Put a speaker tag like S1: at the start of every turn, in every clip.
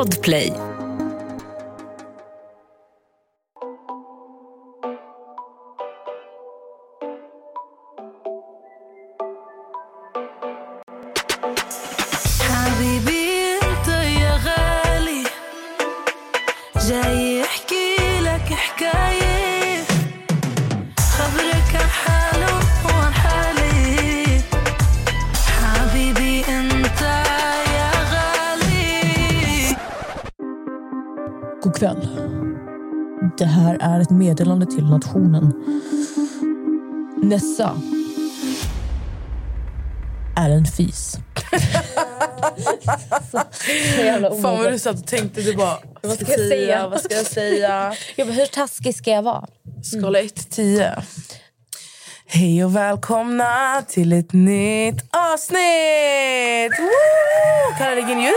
S1: Podplay.
S2: God kväll. Det här är ett meddelande till nationen. Nessa är en fis.
S3: Fan vad du satt och tänkte, du bara, vad ska jag säga?
S2: Ja, men hur taskig ska jag vara?
S3: Skala 1-10. Hej och välkomna till ett nytt avsnitt. Woo! Kan jag lägga in ljud?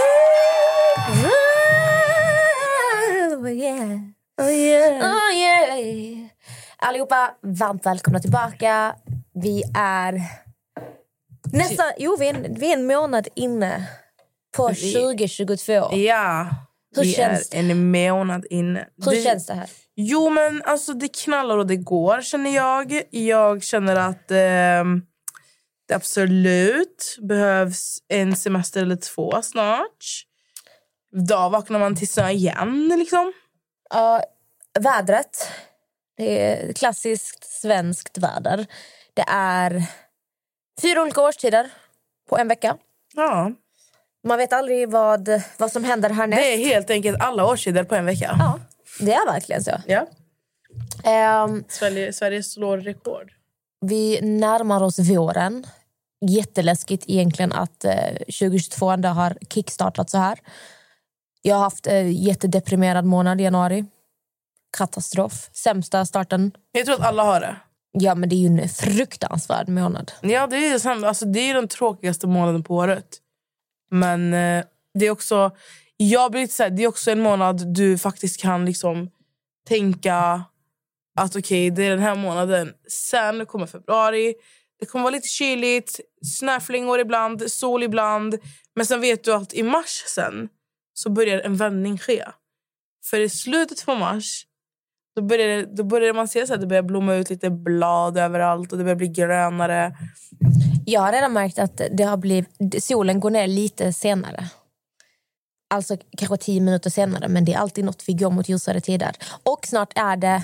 S2: Oh yeah. Oh yeah. Oh yeah. Allihopa, varmt välkomna tillbaka. Vi är nästan, vi är en månad inne på 2022.
S3: Ja,
S2: hur känns
S3: det? En månad inne.
S2: Hur känns det här?
S3: Jo, men alltså det knallar och det går, känner jag. Jag känner att det absolut behövs en semester eller 2 snart. Då vaknar man till snö igen, liksom.
S2: Ja, vädret. Det är klassiskt svenskt väder. Det är 4 olika årstider på en vecka.
S3: Ja. Man
S2: vet aldrig vad som händer härnäst.
S3: Det är helt enkelt alla årstider på en vecka.
S2: Ja, det är verkligen så.
S3: Ja. Sverige slår rekord.
S2: Vi närmar oss våren. Jätteläskigt egentligen att 2022 ändå har kickstartat så här. Jag har haft jättedeprimerad månad i januari. Katastrof. Sämsta starten.
S3: Jag tror att alla har det.
S2: Ja, men det är ju en fruktansvärd månad.
S3: Ja, det är alltså, det är den tråkigaste månaden på året. Men det är också, jag blir lite så här, det är också en månad du faktiskt kan liksom tänka att okej, det är den här månaden. Sen kommer februari. Det kommer vara lite kyligt, snöflingor ibland, sol ibland. Men sen vet du att i mars sen så börjar en vändning ske. För i slutet på mars då börjar man se så att det börjar blomma ut lite blad överallt och det börjar bli grönare.
S2: Jag har redan märkt att solen går ner lite senare. Alltså kanske 10 minuter senare, men det är alltid något vi går mot ljusare tider. Och snart är det...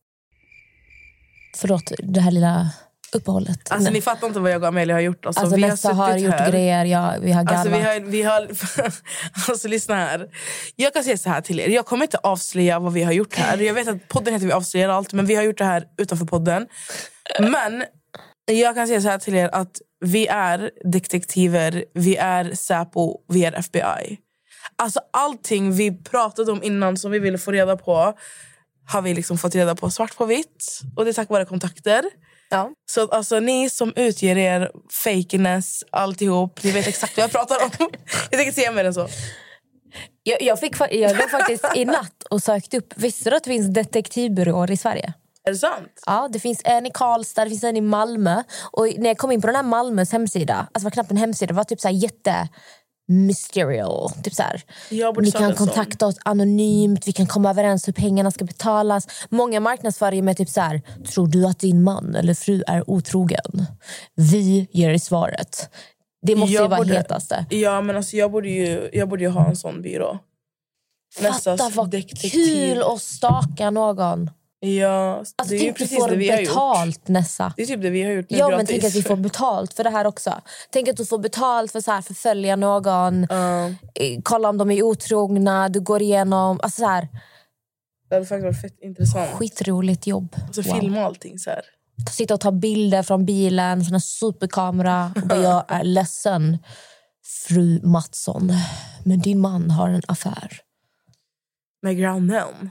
S2: Förlåt, det här lilla uppehållet.
S3: Alltså ni fattar inte vad jag och Amelia har gjort. Alltså vi
S2: har gjort
S3: här.
S2: Grejer, vi har gallat.
S3: Alltså vi har alltså lyssna här. Jag kan säga så här till er. Jag kommer inte avslöja vad vi har gjort här. Jag vet att podden heter Vi avslöjar allt, men vi har gjort det här utanför podden. Men jag kan säga så här till er att vi är detektiver, vi är Säpo, vi är FBI. Alltså allting vi pratade om innan som vi ville få reda på har vi liksom fått reda på svart på vitt. Och det är tack vare kontakter.
S2: Ja.
S3: Så alltså ni som utger er fakeness, alltihop, ni vet exakt vad jag pratar om. Jag tänker säga mer än så.
S2: Jag var faktiskt i natt och sökte upp. Visste du att det finns detektivbyråer i Sverige?
S3: Är det sant?
S2: Ja, det finns en i Karlstad, det finns en i Malmö. Och när jag kom in på den här Malmös hemsida, alltså det var knappt en hemsida, det var typ så här mysterial, typ så här. Ni kan kontakta oss anonymt, vi kan komma överens hur pengarna ska betalas. Många marknadsför med typ så här: tror du att din man eller fru är otrogen? Vi ger dig svaret. Det måste ju vara hetaste.
S3: Ja, men alltså jag borde ju ha en sån byrå.
S2: Fatta vad kul att staka någon.
S3: Ja,
S2: alltså, det är ju precis det vi har gjort. Nessa.
S3: Det är typ det vi har gjort nu.
S2: Ja, men tänk att vi får betalt för det här också. Tänk att du får betalt för så här, förfölja någon. Kolla om de är otrogna. Du går igenom, alltså så här.
S3: Det hade faktiskt varit fett intressant.
S2: Skitroligt jobb.
S3: Alltså filma allting så här.
S2: Sitta och ta bilder från bilen, såna superkamera. Och jag är ledsen, fru Mattsson, men din man har en affär
S3: med grannen.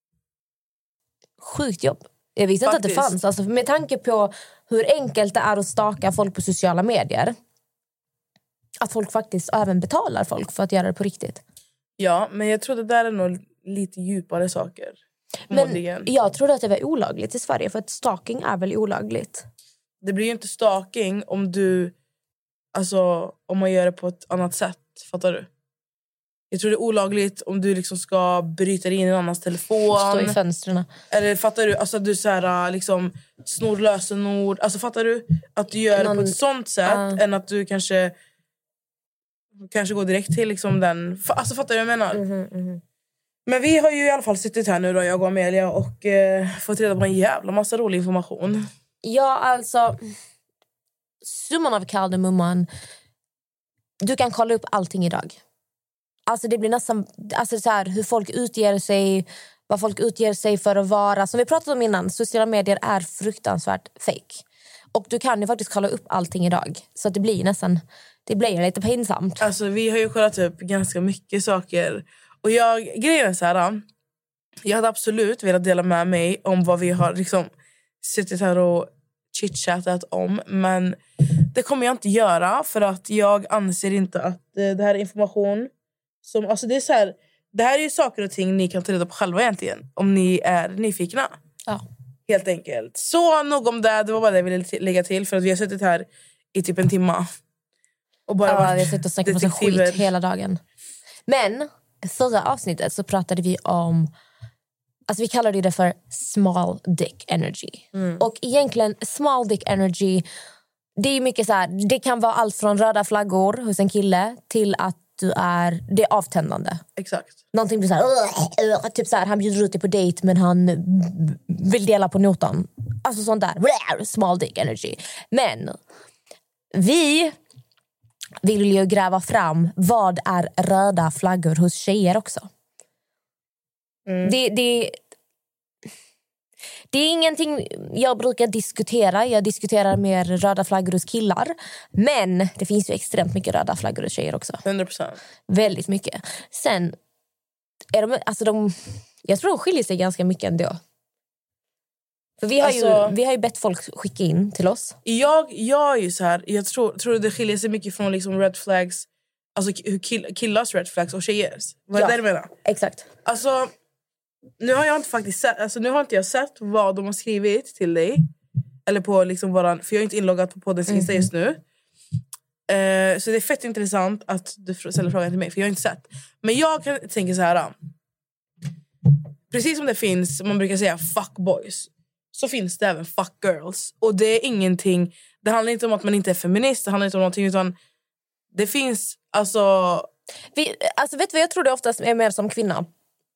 S2: Sjukt jobb. Jag visste inte att det fanns. Alltså, med tanke på hur enkelt det är att staka folk på sociala medier. Att folk faktiskt även betalar folk för att göra det på riktigt.
S3: Ja, men jag tror det där är nog lite djupare saker.
S2: Men jag trodde att det var olagligt i Sverige. För att stalking är väl olagligt?
S3: Det blir ju inte stalking om du... Alltså, om man gör det på ett annat sätt. Fattar du? Jag tror det är olagligt om du liksom ska bryta dig in i en annans telefon.
S2: Stå i fönstren.
S3: Eller fattar du? Alltså du så här, liksom snor lösenord. Alltså fattar du? Att du gör det på ett sånt sätt än att du kanske går direkt till liksom den. Alltså fattar du vad jag menar? Men vi har ju i alla fall suttit här nu då, jag och Amelia, och fått reda på en jävla massa rolig information.
S2: Ja, alltså summan av kardemumman. Du kan kolla upp allting idag. Alltså det blir nästan så här, hur folk utger sig, vad folk utger sig för att vara. Som vi pratade om innan, sociala medier är fruktansvärt fake. Och du kan ju faktiskt kolla upp allting idag. Så att det blir lite pinsamt.
S3: Alltså vi har ju kollat upp ganska mycket saker. Och grejen är så här, jag hade absolut velat dela med mig om vad vi har liksom suttit här och chitchattat om. Men det kommer jag inte göra, för att jag anser inte att det här är information som, alltså det är så här, det här är ju saker och ting ni kan ta reda på själva egentligen, om ni är nyfikna.
S2: Ja.
S3: Helt enkelt. Så nog om det var bara det jag ville lägga till, för att vi har suttit här i typ en timme. Och bara
S2: vi har suttit och snackat på sig skit hela dagen. Men förra avsnittet så pratade vi om, alltså vi kallade det för small dick energy. Och egentligen small dick energy, det är mycket så här, det kan vara allt från röda flaggor hos en kille till att det är avtändande.
S3: Exakt.
S2: Någonting blir så här, typ så här, han bjuder ut dig på dejt men han vill dela på notan. Alltså sånt där, small dick energy. Men vi vill ju gräva fram vad är röda flaggor hos tjejer också. Det är ingenting jag brukar diskutera. Jag diskuterar mer röda flaggor hos killar. Men det finns ju extremt mycket röda flaggor hos tjejer också.
S3: 100%.
S2: Väldigt mycket. Sen är jag tror de skiljer sig ganska mycket ändå. För vi har ju bett folk skicka in till oss.
S3: Jag är ju så här, jag tror det skiljer sig mycket från liksom red flags, alltså killars red flags och tjejers. Vad är det du menar?
S2: Exakt.
S3: Alltså nu har jag inte faktiskt sett, alltså nu har inte jag sett vad de har skrivit till dig eller på liksom för jag är inte inloggad på poddens Insta just nu. Så det är fett intressant att du ställer frågan till mig, för jag har inte sett. Men jag kan tänka så här. Precis som det finns, man brukar säga fuck boys, så finns det även fuck girls. Och det är ingenting, det handlar inte om att man inte är feminist, det handlar inte om någonting, utan det finns alltså
S2: vet du vad jag tror det oftast är mer som kvinna?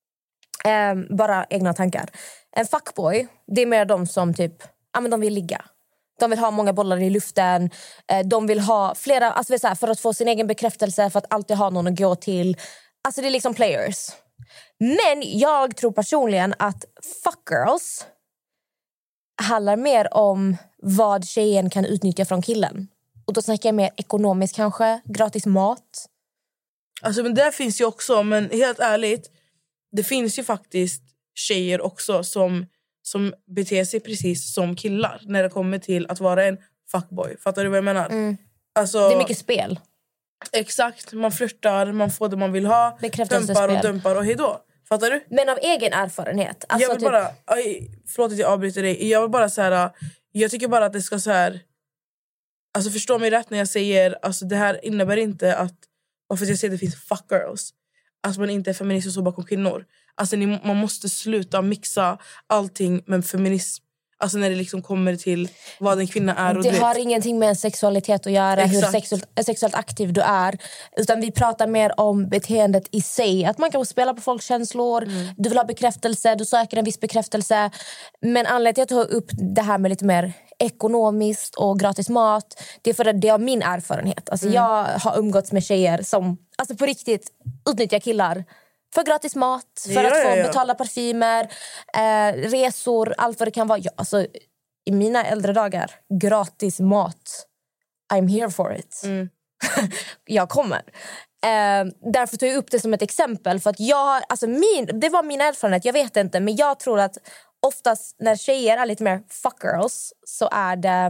S2: Bara egna tankar. En fuckboy, det är mer de som typ, men de vill ligga. De vill ha många bollar i luften. De vill ha flera, alltså så här, för att få sin egen bekräftelse, för att alltid ha någon att gå till. Alltså det är liksom players. Men jag tror personligen att fuckgirls handlar mer om vad tjejen kan utnyttja från killen. Och då snackar jag mer ekonomiskt kanske, gratis mat.
S3: Alltså men det finns ju också, men helt ärligt, det finns ju faktiskt tjejer också som beter sig precis som killar när det kommer till att vara en fuckboy. Fattar du vad jag menar? Alltså,
S2: det är mycket spel.
S3: Exakt, man flirtar, man får det man vill ha, dumpar och hejdå. Fattar du?
S2: Men av egen erfarenhet. Alltså,
S3: jag vill bara, förlåt att jag avbryter dig. Jag vill bara så här, jag tycker bara att det ska så här, alltså förstå mig rätt när jag säger, alltså det här innebär inte att, varför jag säger att det finns fuckgirls, alltså man inte är feminist och så bakom kvinnor. Alltså man måste sluta mixa allting med feminism. Alltså när det liksom kommer till vad en kvinna är. Och
S2: det har ingenting med sexualitet att göra.
S3: Exakt.
S2: Hur sexuellt aktiv du är. Utan vi pratar mer om beteendet i sig. Att man kan spela på folks känslor. Du vill ha bekräftelse, du söker en viss bekräftelse. Men anledningen till att jag tar upp det här med lite mer ekonomiskt och gratis mat, det är för att det är min erfarenhet. Alltså jag har umgåtts med tjejer som alltså på riktigt utnyttjar killar för gratis mat, för att få betala parfymer, resor, allt vad det kan vara. Ja, alltså, i mina äldre dagar, gratis mat. I'm here for it. Jag kommer. Därför tar jag upp det som ett exempel. För att det var min erfarenhet, jag vet inte. Men jag tror att oftast när tjejer är lite mer fuckgirls så är det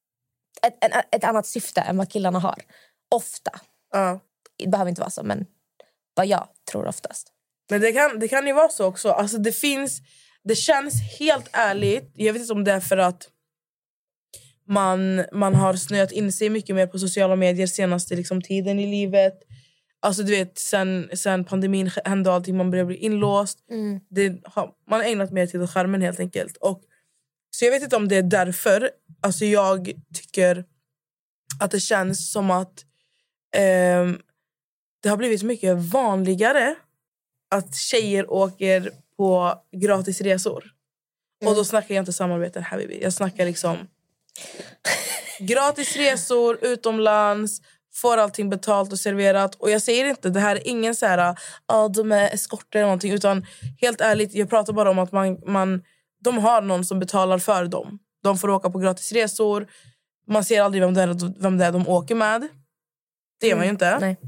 S2: ett annat syfte än vad killarna har. Ofta. Det behöver inte vara så, men vad jag tror oftast.
S3: Men det kan ju vara så också. Alltså det känns helt ärligt, jag vet inte om det är för att man har snöat in sig mycket mer på sociala medier senaste liksom, tiden i livet. Alltså du vet, sen pandemin hände och allting, man började bli inlåst. Man har ägnat mer tid åt skärmen helt enkelt. Och, så jag vet inte om det är därför. Alltså jag tycker att det känns som att det har blivit mycket vanligare att tjejer åker på gratis resor. Och då snackar jag inte samarbeten här, baby. Jag snackar liksom gratis resor utomlands, får allting betalt och serverat. Och jag säger inte, det här är ingen så här de är eskorter eller någonting, utan helt ärligt, jag pratar bara om att de har någon som betalar för dem. De får åka på gratis resor. Man ser aldrig vem det är de åker med. Det gör man ju inte.
S2: Nej.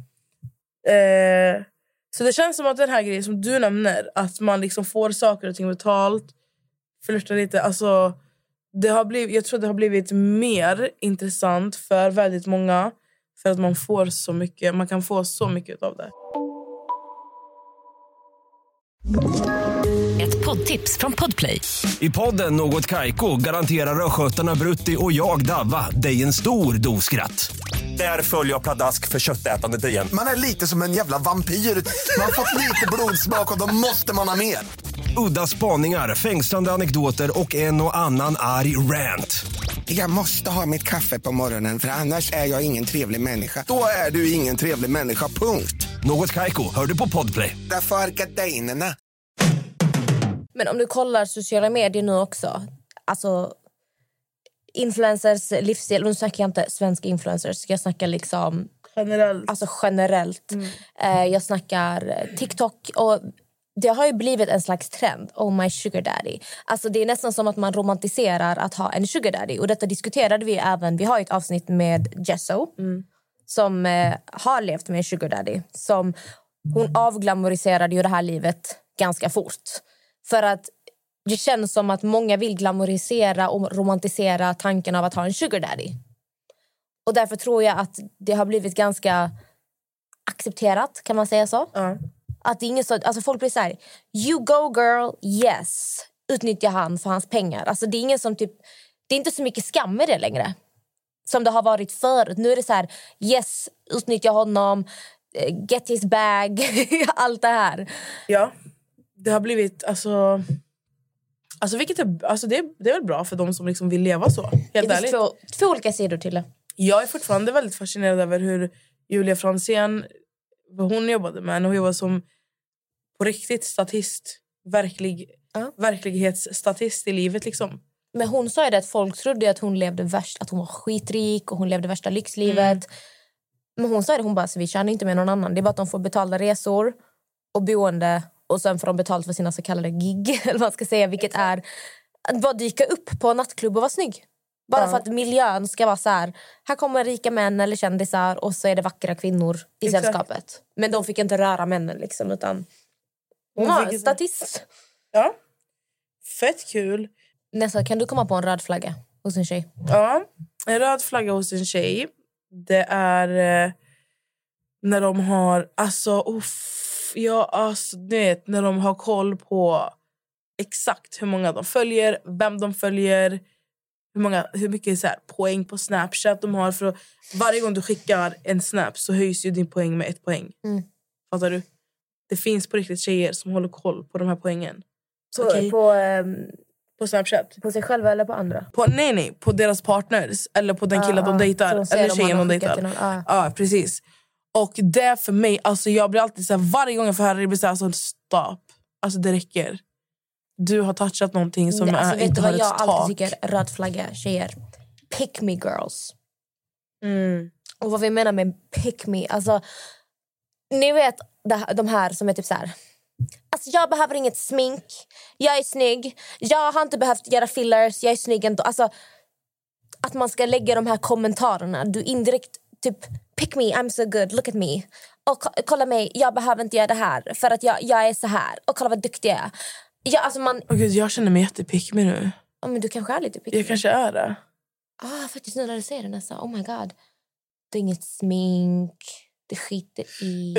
S3: Så det känns som att den här grejen som du nämner, att man liksom får saker och ting betalt, flirtar lite, alltså jag tror det har blivit mer intressant för väldigt många, för att man kan få så mycket av det.
S1: Ett poddtips från Podplay.
S4: I podden Något Kaiko garanterar röskötarna Brutti och jag Davva dig en stor doskratt. Där följer jag pladask för köttätandet igen.
S5: Man är lite som en jävla vampyr. Man har fått lite blodsmak och då måste man ha mer.
S4: Udda spaningar, fängslande anekdoter och en och annan arg rant.
S5: Jag måste ha mitt kaffe på morgonen, för annars är jag ingen trevlig människa. Då är du ingen trevlig människa, punkt.
S4: Något Kaiko, hör du på Podplay.
S5: Därför är gardinerna.
S2: Men om du kollar sociala medier nu också, alltså influencers livsstil, nu snackar jag inte svenska influencers, jag snackar liksom generellt. Jag snackar TikTok, och det har ju blivit en slags trend. Oh my sugar daddy. Alltså det är nästan som att man romantiserar att ha en sugar daddy. Och detta diskuterade vi även. Vi har ett avsnitt med Jesso som har levt med en sugar daddy. Hon avglamoriserade ju det här livet ganska fort. För att det känns som att många vill glamorisera och romantisera tanken av att ha en sugar daddy. Och därför tror jag att det har blivit ganska accepterat, kan man säga så? Att det är ingen så, alltså folk blir så här: you go girl, yes. Utnyttja han för hans pengar. Alltså det är ingen som typ, det är inte så mycket skam i det längre som det har varit förut. Nu är det så här: yes, utnyttja honom, get his bag, allt det här.
S3: Ja, det har blivit alltså vilket är, alltså det är väl bra för de som liksom vill leva så. Helt
S2: det finns två olika sidor till det. Jag
S3: är fortfarande väldigt fascinerad över hur Julia Franzén, vad hon jobbade med. Hon jobbade som på riktigt statist. Verklighetsstatist i livet liksom.
S2: Men hon sa ju det att folk trodde att hon levde att hon var skitrik och hon levde värsta lyxlivet. Men hon sa det, hon bara, så vi tjänar inte med någon annan. Det är bara att de får betalda resor och boende, och sen får de betalt för sina så kallade gig, eller vad man ska säga, vilket är att bara dyka upp på en nattklubb och vara snygg. Bara för att miljön ska vara så här kommer rika män eller kändisar, och så är det vackra kvinnor i sällskapet. Men de fick inte röra männen liksom, utan hon var statist.
S3: Ja, fett kul.
S2: Nästa, kan du komma på en röd flagga hos en tjej?
S3: Ja, en röd flagga hos en tjej, det är när de har, när de har koll på exakt hur många de följer, vem de följer, hur mycket så här poäng på Snapchat de har. För varje gång du skickar en snap så höjs ju din poäng med 1 poäng. Fattar du? Det finns på riktigt tjejer som håller koll på de här poängen. På Snapchat.
S2: På sig själva eller på andra?
S3: Nej, på deras partners. Eller på den killen de dejtar. Eller tjejen de dejtar. Ja, precis. Och det för mig, alltså jag blir alltid så här, varje gång jag får höra det blir så här, alltså stopp. Alltså det räcker. Du har touchat någonting som inte har ett tak.
S2: Jag alltid tycker röd flagga tjejer. Pick me girls. Och vad vi menar med pick me, alltså ni vet de här som är typ så här: alltså jag behöver inget smink, jag är snygg, jag har inte behövt göra fillers, jag är snygg ändå. Alltså att man ska lägga de här kommentarerna, du indirekt typ pick me, I'm so good, look at me. Och kolla mig, jag behöver inte göra det här för att jag är så här. Och kolla vad duktig jag är.
S3: Gud, jag känner mig jättepick me nu.
S2: Ja, men du kanske är lite pick me.
S3: Jag kanske är det.
S2: Faktiskt nu när du säger det nästan. Oh my god. Det är inget smink. Det skiter i.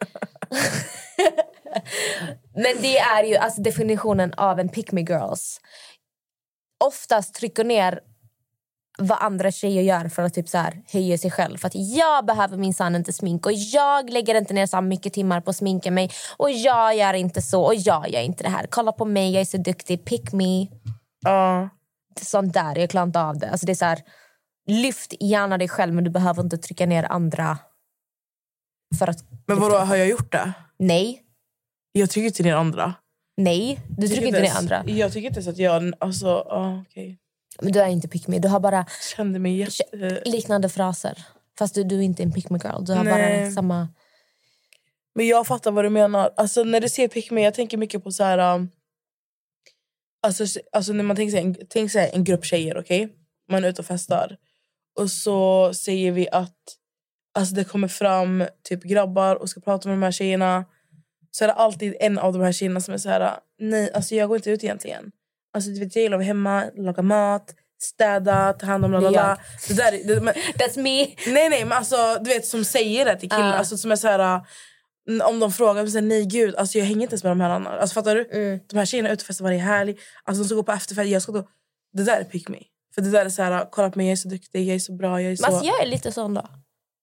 S2: Men det är ju alltså definitionen av en pick me girls. Oftast trycker ner vad andra tjejer gör för att typ så här höja sig själv. För att jag behöver minsann inte smink. Och jag lägger inte ner så mycket timmar på att sminka mig. Och jag gör inte så. Och jag gör inte det här. Kolla på mig, jag är så duktig. Pick me. Sånt där, jag klarar inte av det. Alltså det är så här, lyft gärna dig själv. Men du behöver inte trycka ner andra. För att...
S3: Men vadå, har jag gjort det?
S2: Nej.
S3: Jag trycker inte ner andra.
S2: Nej, du trycker inte ner andra.
S3: Jag tycker inte så att jag... Alltså, okej.
S2: Men du är inte pick me. Du har bara
S3: kände mig
S2: liknande fraser. Fast du är inte en pick me girl. Du har bara samma...
S3: Men jag fattar vad du menar. Alltså när du säger pick me, jag tänker mycket på så här... Alltså när man tänker sig en grupp tjejer, okej? Man är ute och festar. Och så säger vi att alltså det kommer fram typ grabbar och ska prata med de här tjejerna. Så är det alltid en av de här tjejerna som är så här: nej, alltså jag går inte ut egentligen. Alltså du vet, jag gillar att vara hemma, laga mat, städa, ta hand om lalala. Det där, men,
S2: that's me.
S3: Nej, men alltså du vet, som säger det till killar. Alltså som är så här, om de frågar, så här, nej gud, alltså jag hänger inte ens med de här andra. Alltså fattar du? De här tjejerna är ute och festar varje helg. Alltså de ska gå på efterfest, jag ska då... Det där är pick me. För det där är så här, kolla på mig, jag är så duktig, jag är så bra, jag är så...
S2: Men alltså jag är lite sån då.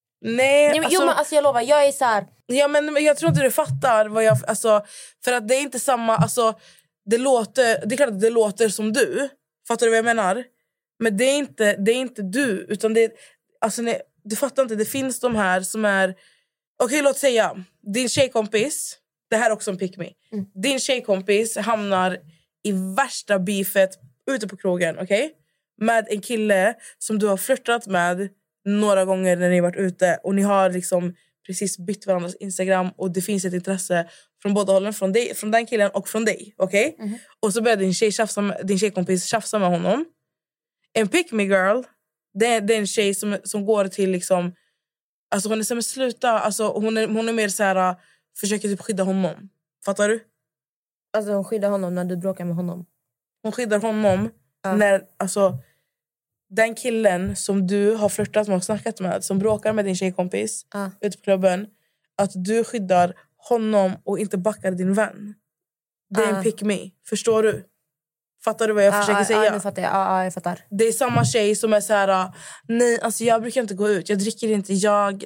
S3: Nej,
S2: men alltså jag lovar, jag är så här...
S3: Ja, men jag tror inte du fattar vad jag... Alltså, för att det är inte samma... Alltså, det är klart att det låter som du. Fattar du vad jag menar? Men det är inte du. Utan det... Alltså, nej, du fattar inte. Det finns de här som är... Okej, låt säga. Din tjejkompis... Det här är också en pick me. Din tjejkompis hamnar i värsta beefet ute på krogen, okej? Med en kille som du har flirtat med några gånger när ni har varit ute. Och ni har liksom precis bytt varandras Instagram. Och det finns ett intresse från båda hållen. Från den killen och från dig. Okej? Och så börjar din tjejkompis tjafsa med honom. En pick me girl. Det är en tjej som går till liksom... Alltså hon är som sluta. Alltså hon är mer så här... Försöker typ skydda honom. Fattar du?
S2: Alltså hon skyddar honom när du bråkar med honom.
S3: Hon skyddar honom när... Alltså... Den killen som du har flirtat med och snackat med, som bråkar med din tjejkompis ute på klubben, att du skyddar honom och inte backar din vän. Det är en pick me. Förstår du? Fattar du vad jag försöker säga?
S2: Ja, nu fattar jag. Jag fattar.
S3: Det är samma tjej som är så här: nej, alltså jag brukar inte gå ut. Jag dricker inte. Jag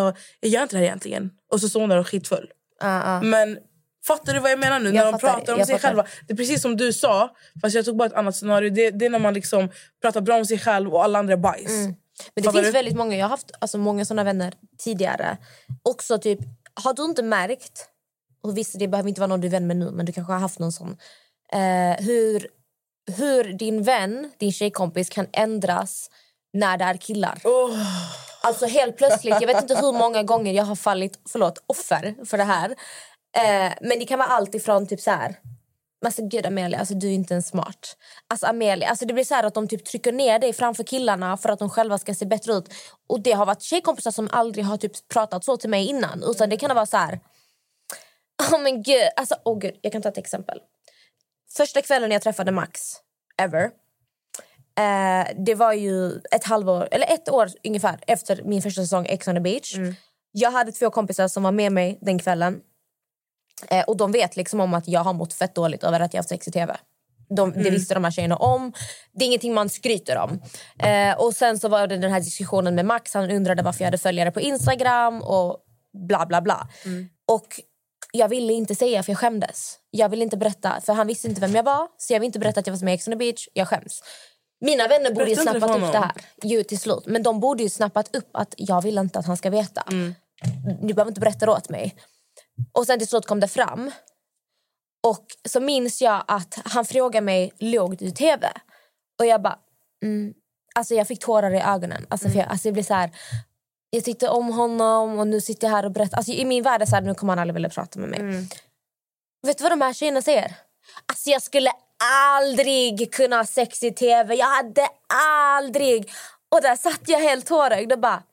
S3: gör inte det här egentligen. Och så står hon där och skitfull. Men... Fattar du vad jag menar nu? När de pratar om sig själva. Det är precis som du sa. Fast jag tog bara ett annat scenario. Det är när man liksom pratar bra om sig själv och alla andra är bajs.
S2: Men det finns väldigt många. Jag har haft alltså, många sådana vänner tidigare. Också typ, har du inte märkt, och visst det behöver inte vara någon du är vän med nu, men du kanske har haft någon sån, hur din vän, din tjejkompis kan ändras när det är killar. Alltså helt plötsligt, jag vet inte hur många gånger jag har fallit offer för det här. Men det kan vara allt ifrån typ så här: alltså gud Amelia, alltså du är inte en smart. Alltså Amelia, alltså det blir så här att de typ trycker ner dig framför killarna för att de själva ska se bättre ut. Och det har varit tjejkompisar som aldrig har typ pratat så till mig innan. Utan det kan vara så här: men gud, alltså gud, jag kan ta ett exempel. Första kvällen jag träffade Max ever, det var ju ett år ungefär efter min första säsong Ex on the Beach. Jag hade 2 kompisar som var med mig den kvällen. Och de vet liksom om att jag har mått fett dåligt över att jag har haft sex i tv. Det visste de här tjejerna om. Det är ingenting man skryter om. Och sen så var det den här diskussionen med Max. Han undrade varför jag hade följare på Instagram och bla bla bla. Och jag ville inte säga för jag skämdes. Jag ville inte berätta för han visste inte vem jag var. Så jag ville inte berätta att jag var med i Ex on the Beach. Jag skäms. Mina vänner borde ju snappat upp det här. Jo, till slut. Men de borde ju snappat upp att jag vill inte att han ska veta. Du behöver inte berätta åt mig. Och sen till slut kom det fram. Och så minns jag att han frågade mig, låg du i tv? Och jag bara, alltså jag fick tårar i ögonen. Alltså, för jag blev så här, jag tyckte om honom och nu sitter jag här och berättar. Alltså i min värld är så här, nu kommer han aldrig vilja prata med mig. Vet du vad de här tjejerna säger? Alltså jag skulle aldrig kunna ha sex i tv. Jag hade aldrig. Och där satt jag helt tårögd och bara...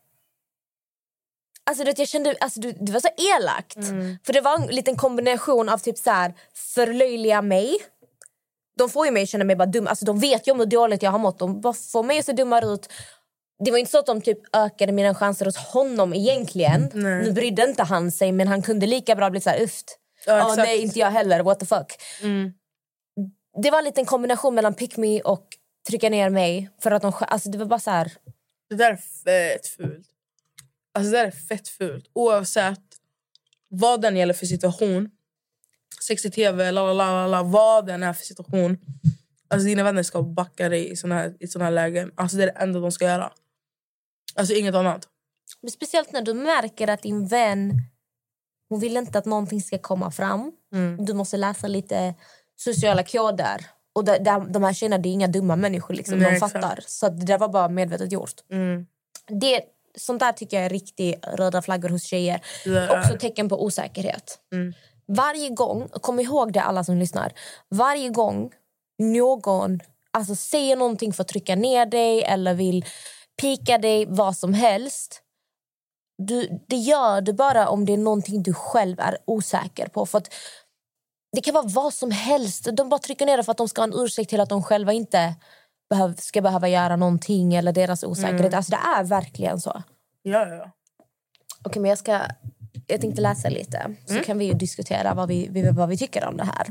S2: Alltså jag kände, alltså det var så elakt. För det var en liten kombination av typ så här, förlöjliga mig. De får ju mig att känna mig bara dum. Alltså de vet ju om hur dåligt jag har mått. De bara får mig att se dummare ut. Det var inte så att de typ ökade mina chanser hos honom egentligen. Nu brydde inte han sig, men han kunde lika bra bli så här uft. Nej, inte jag heller. What the fuck. Det var en liten kombination mellan pick me och trycka ner mig för att de... Alltså det var bara så här...
S3: Det där är fett fult. Alltså det där är fett fult. Oavsett vad den gäller för situation. Sex i tv, vad den är för situation. Alltså dina vänner ska backa dig i såna här lägen. Alltså det är det enda de ska göra. Alltså inget annat.
S2: Men speciellt när du märker att din vän, hon vill inte att någonting ska komma fram. Du måste läsa lite sociala koder. Och de här tjejerna, det är inga dumma människor liksom.
S3: Nej,
S2: de fattar. Så det där var bara medvetet gjort. Sånt där tycker jag är riktigt röda flaggor hos tjejer. Också tecken på osäkerhet. Varje gång, kom ihåg det alla som lyssnar. Varje gång någon säger någonting för att trycka ner dig eller vill pika dig, vad som helst. Det gör du bara om det är någonting du själv är osäker på. För att det kan vara vad som helst. De bara trycker ner det för att de ska ha en ursäkt till att de själva inte ska behöva göra någonting eller deras osäkerhet. Alltså det är verkligen så.
S3: Ja.
S2: Okej, men jag tänkte läsa lite. Så kan vi ju diskutera vad vi tycker om det här.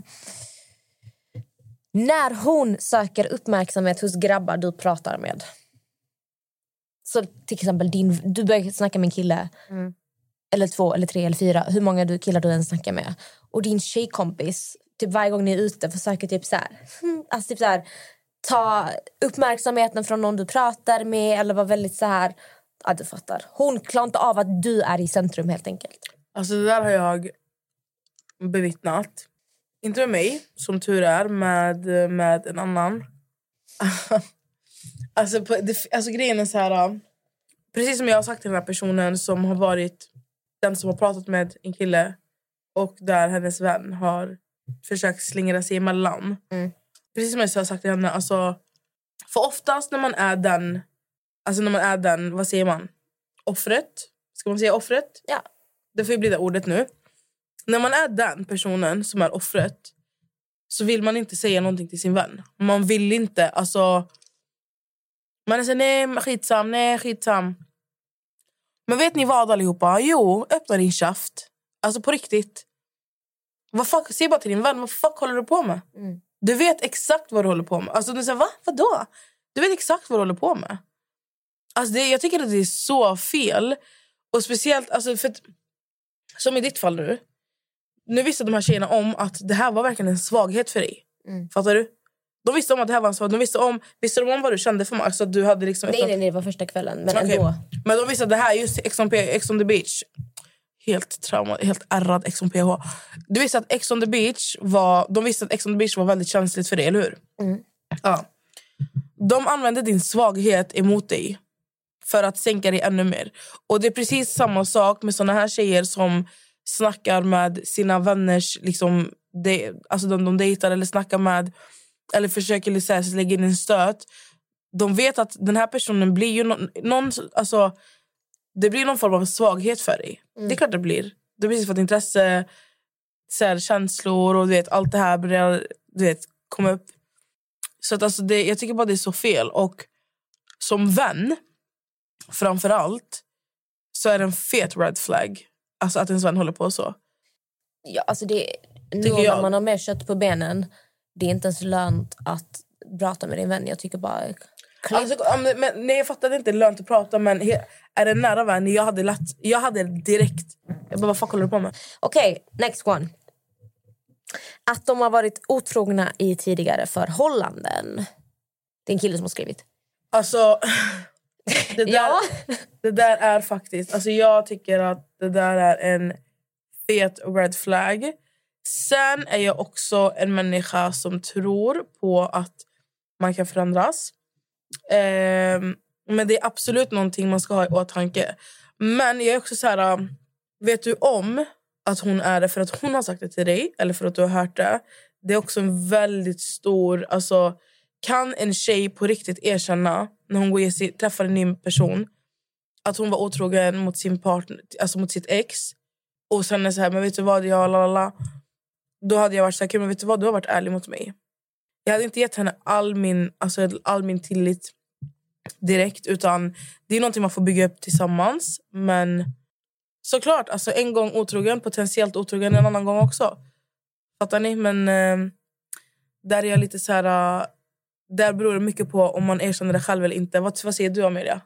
S2: När hon söker uppmärksamhet hos grabbar du pratar med. Så till exempel du börjar snacka med en kille. Eller 2, eller 3, eller 4. Hur många killar du än snackar med. Och din tjejkompis, typ varje gång ni är ute, försöker typ så här. Alltså typ så här. Ta uppmärksamheten från någon du pratar med. Eller vara väldigt så här. Ja, du fattar. Hon klarar inte av att du är i centrum helt enkelt.
S3: Alltså det där har jag bevittnat. Inte med mig, som tur är, med en annan. Alltså grejen är så här. Precis som jag har sagt till den här personen som har varit den som har pratat med en kille och där hennes vän har försökt slingra sig emellan. Precis som jag har sagt till henne, alltså, för oftast när man är den, vad säger man? Offret? Ska man säga offret?
S2: Ja.
S3: Det får ju bli det ordet nu. När man är den personen som är offret så vill man inte säga någonting till sin vän. Man vill inte, alltså... Man är så nej, skitsam. Men vet ni vad allihopa? Jo, öppna din käft. Alltså på riktigt. Vad fuck, säg bara till din vän, vad fuck håller du på med? Du vet exakt vad du håller på med. Alltså du säger, va? Vadå? Du vet exakt vad du håller på med. Alltså jag tycker att det är så fel. Och speciellt, alltså för att, som i ditt fall nu visste de här tjejerna om att det här var verkligen en svaghet för dig. Fattar du? De visste om att det här var en svaghet. Visste de om vad du kände för mig? Alltså, du hade liksom
S2: nej, det var första kvällen. Men ändå.
S3: Men de visste att det här är just Ex on the Beach. Helt ärrad Ex on PH. Du visste att Ex on the Beach var väldigt känsligt för dig, eller hur? Ja. De använde din svaghet emot dig för att sänka dig ännu mer. Och det är precis samma sak med såna här tjejer som snackar med sina vänners liksom, alltså de dejtar eller snackar med eller försöker lägga in en stöt. De vet att den här personen blir ju det blir någon form av svaghet för dig. Det är klart det blir. Det är precis för att intresse, känslor och allt det här börjar komma upp. Så att alltså jag tycker bara det är så fel. Och som vän, framförallt, så är det en fet red flag. Alltså att ens vän håller på så.
S2: Ja, alltså när man har mer kött på benen, det är inte ens lönt att prata med din vän. Jag tycker bara...
S3: Alltså, nej, jag fattar inte lönt att prata, men är det nära vän? Jag hade direkt... Jag bara, vad fuck håller du på med?
S2: Okej, next one. Att de har varit otrogna i tidigare förhållanden. Det är en kille som har skrivit.
S3: Alltså... Det där är faktiskt... Alltså jag tycker att det där är en fet red flag. Sen är jag också en människa som tror på att man kan förändras. Men det är absolut någonting man ska ha i åtanke. Men jag är också så här... Vet du om att hon är det för att hon har sagt det till dig? Eller för att du har hört det? Det är också en väldigt stor... Alltså, kan en tjej på riktigt erkänna när hon träffar en ny person att hon var otrogen mot sin partner, alltså mot sitt ex, och sen är så här, men vet du vad, då hade jag varit så här, men vet du vad, du har varit ärlig mot mig. Jag hade inte gett henne all min tillit direkt, utan det är någonting man får bygga upp tillsammans. Men såklart, alltså en gång otrogen, potentiellt otrogen en annan gång också. Fattar ni? Men där är jag lite så här... Där beror det mycket på om man erkänner det själv eller inte. Vad säger du, Amelia?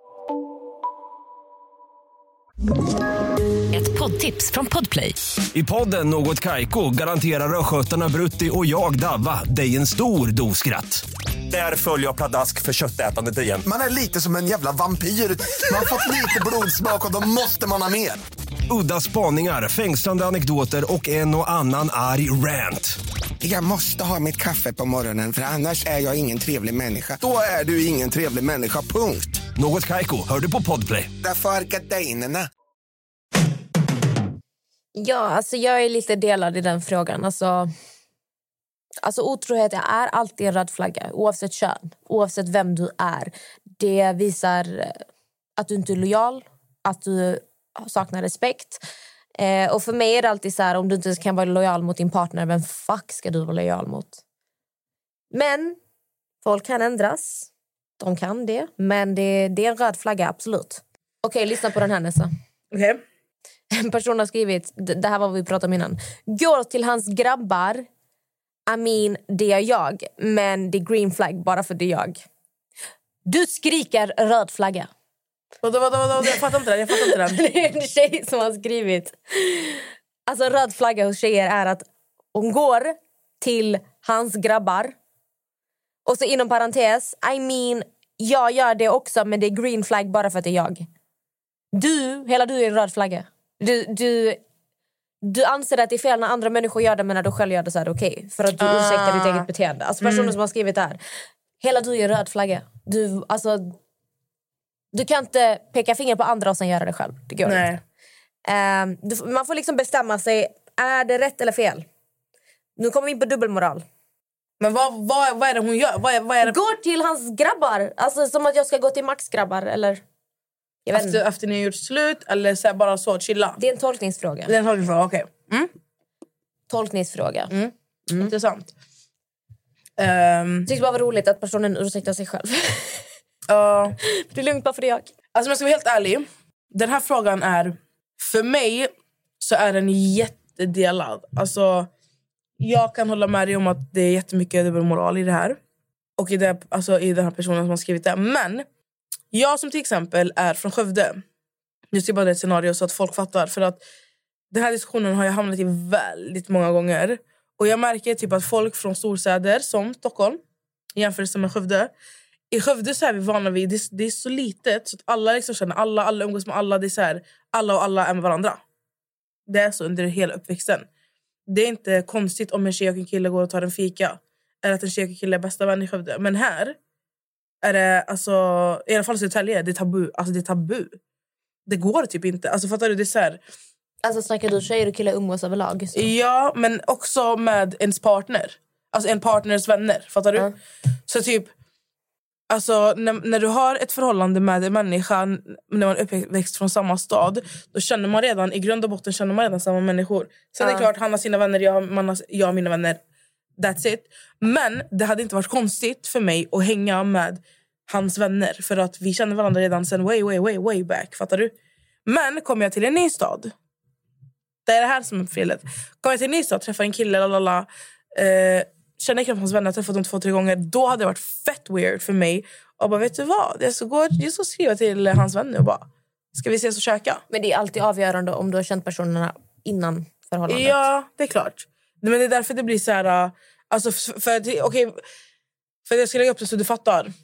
S1: Ett poddtips från Podplay.
S4: I podden Något Kaiko garanterar röskötarna Brutti och jag Davva dig en stor dos skratt. Där följer jag pladask för köttätandet igen.
S5: Man är lite som en jävla vampyr. Man har fått lite blodsmak och då måste man ha mer.
S4: Udda spaningar, fängslande anekdoter och en och annan arg rant.
S5: Jag måste ha mitt kaffe på morgonen för annars är jag ingen trevlig människa. Då är du ingen trevlig människa, punkt.
S4: Något Kaiko, hör du på Podplay.
S5: Därför är gardinerna.
S2: Ja, alltså jag är lite delad i den frågan. Alltså otrohet är alltid en röd flagga, oavsett kön, oavsett vem du är. Det visar att du inte är lojal, att du saknar respekt. Och för mig är det alltid så här, om du inte kan vara lojal mot din partner, vem fuck ska du vara lojal mot? Men folk kan ändras. De kan det, men det är en röd flagga, absolut. Okej, lyssna på den här, Nessa.
S3: Okej.
S2: En person har skrivit, det här var vad vi pratade om innan. Går till hans grabbar, det är jag, men det är green flag bara för det är jag. Du skriker röd flagga.
S3: Vadå? Jag fattar inte den.
S2: Det är en tjej som har skrivit. Alltså röd flagga hos tjejer är att hon går till hans grabbar. Och så inom parentes, jag gör det också, men det är green flag bara för att det är jag. Hela du är en röd flagga. Du anser att det är fel när andra människor gör det, men när du själv gör det så är det okej. För att du ursäktar ditt eget beteende. Alltså personer som har skrivit det här. Hela du är en röd flagga. Du kan inte peka finger på andra och sen göra det själv. Det går inte. Man får liksom bestämma sig. Är det rätt eller fel? Nu kommer vi in på dubbelmoral.
S3: Men vad är det hon gör? Vad är det?
S2: Går till hans grabbar. Alltså som att jag ska gå till Max grabbar. Eller
S3: efter ni har gjort slut. Eller så bara så, chilla.
S2: Det är en tolkningsfråga.
S3: Okej.
S2: Tolkningsfråga.
S3: Intressant.
S2: Tycker bara var roligt att personen ursäktar sig själv. Det är lugnt bara för det jag.
S3: Alltså jag ska vara helt ärlig. Den här frågan är, för mig så är den jättedelad. Alltså jag kan hålla med dig om att det är jättemycket dubbelmoral i det här. Och i den här personen som har skrivit det. Men jag som till exempel är från Skövde. Nu ska jag bara ett scenario så att folk fattar. För att den här diskussionen har jag hamnat i väldigt många gånger. Och jag märker typ att folk från storstäder som Stockholm, i jämförelse med Skövde. I Skövde så är vi vana vid, det är så litet så att alla liksom känner alla umgås med alla. Det är så här, alla och alla är med varandra. Det är så under hela uppväxten. Det är inte konstigt om en tjej och en kille går och tar en fika. Eller att en tjej och en kille är bästa vän i Skövde. Men här är det, alltså, i alla fall i Södertälje, det är tabu. Alltså det är tabu. Det går typ inte. Alltså fattar du, det är så här.
S2: Alltså snackar du tjejer och killar umgås överlag? Så.
S3: Ja, men också med ens partner. Alltså en partners vänner, fattar du? Så typ, alltså när du har ett förhållande med en människa, när man är uppväxt från samma stad, då känner man redan, i grund och botten känner man redan samma människor. Sen är det klart, han har sina vänner, jag har mina vänner. That's it. Men det hade inte varit konstigt för mig att hänga med hans vänner. För att vi känner varandra redan sen way back, fattar du? Men kommer jag till en ny stad, det är det här som är felet. Kommer jag till en ny stad, träffar en kille, känner knappt hans vänner, träffat dem 2-3 gånger, då hade det varit fett weird för mig. Och bara, vet du vad? Jag ska skriva till hans vänner och bara, ska vi ses och käka? Men det är alltid avgörande om du har känt personerna innan förhållandet. Ja, det är klart. Men det är därför det blir så här, alltså för att jag ska lägga upp det så du fattar.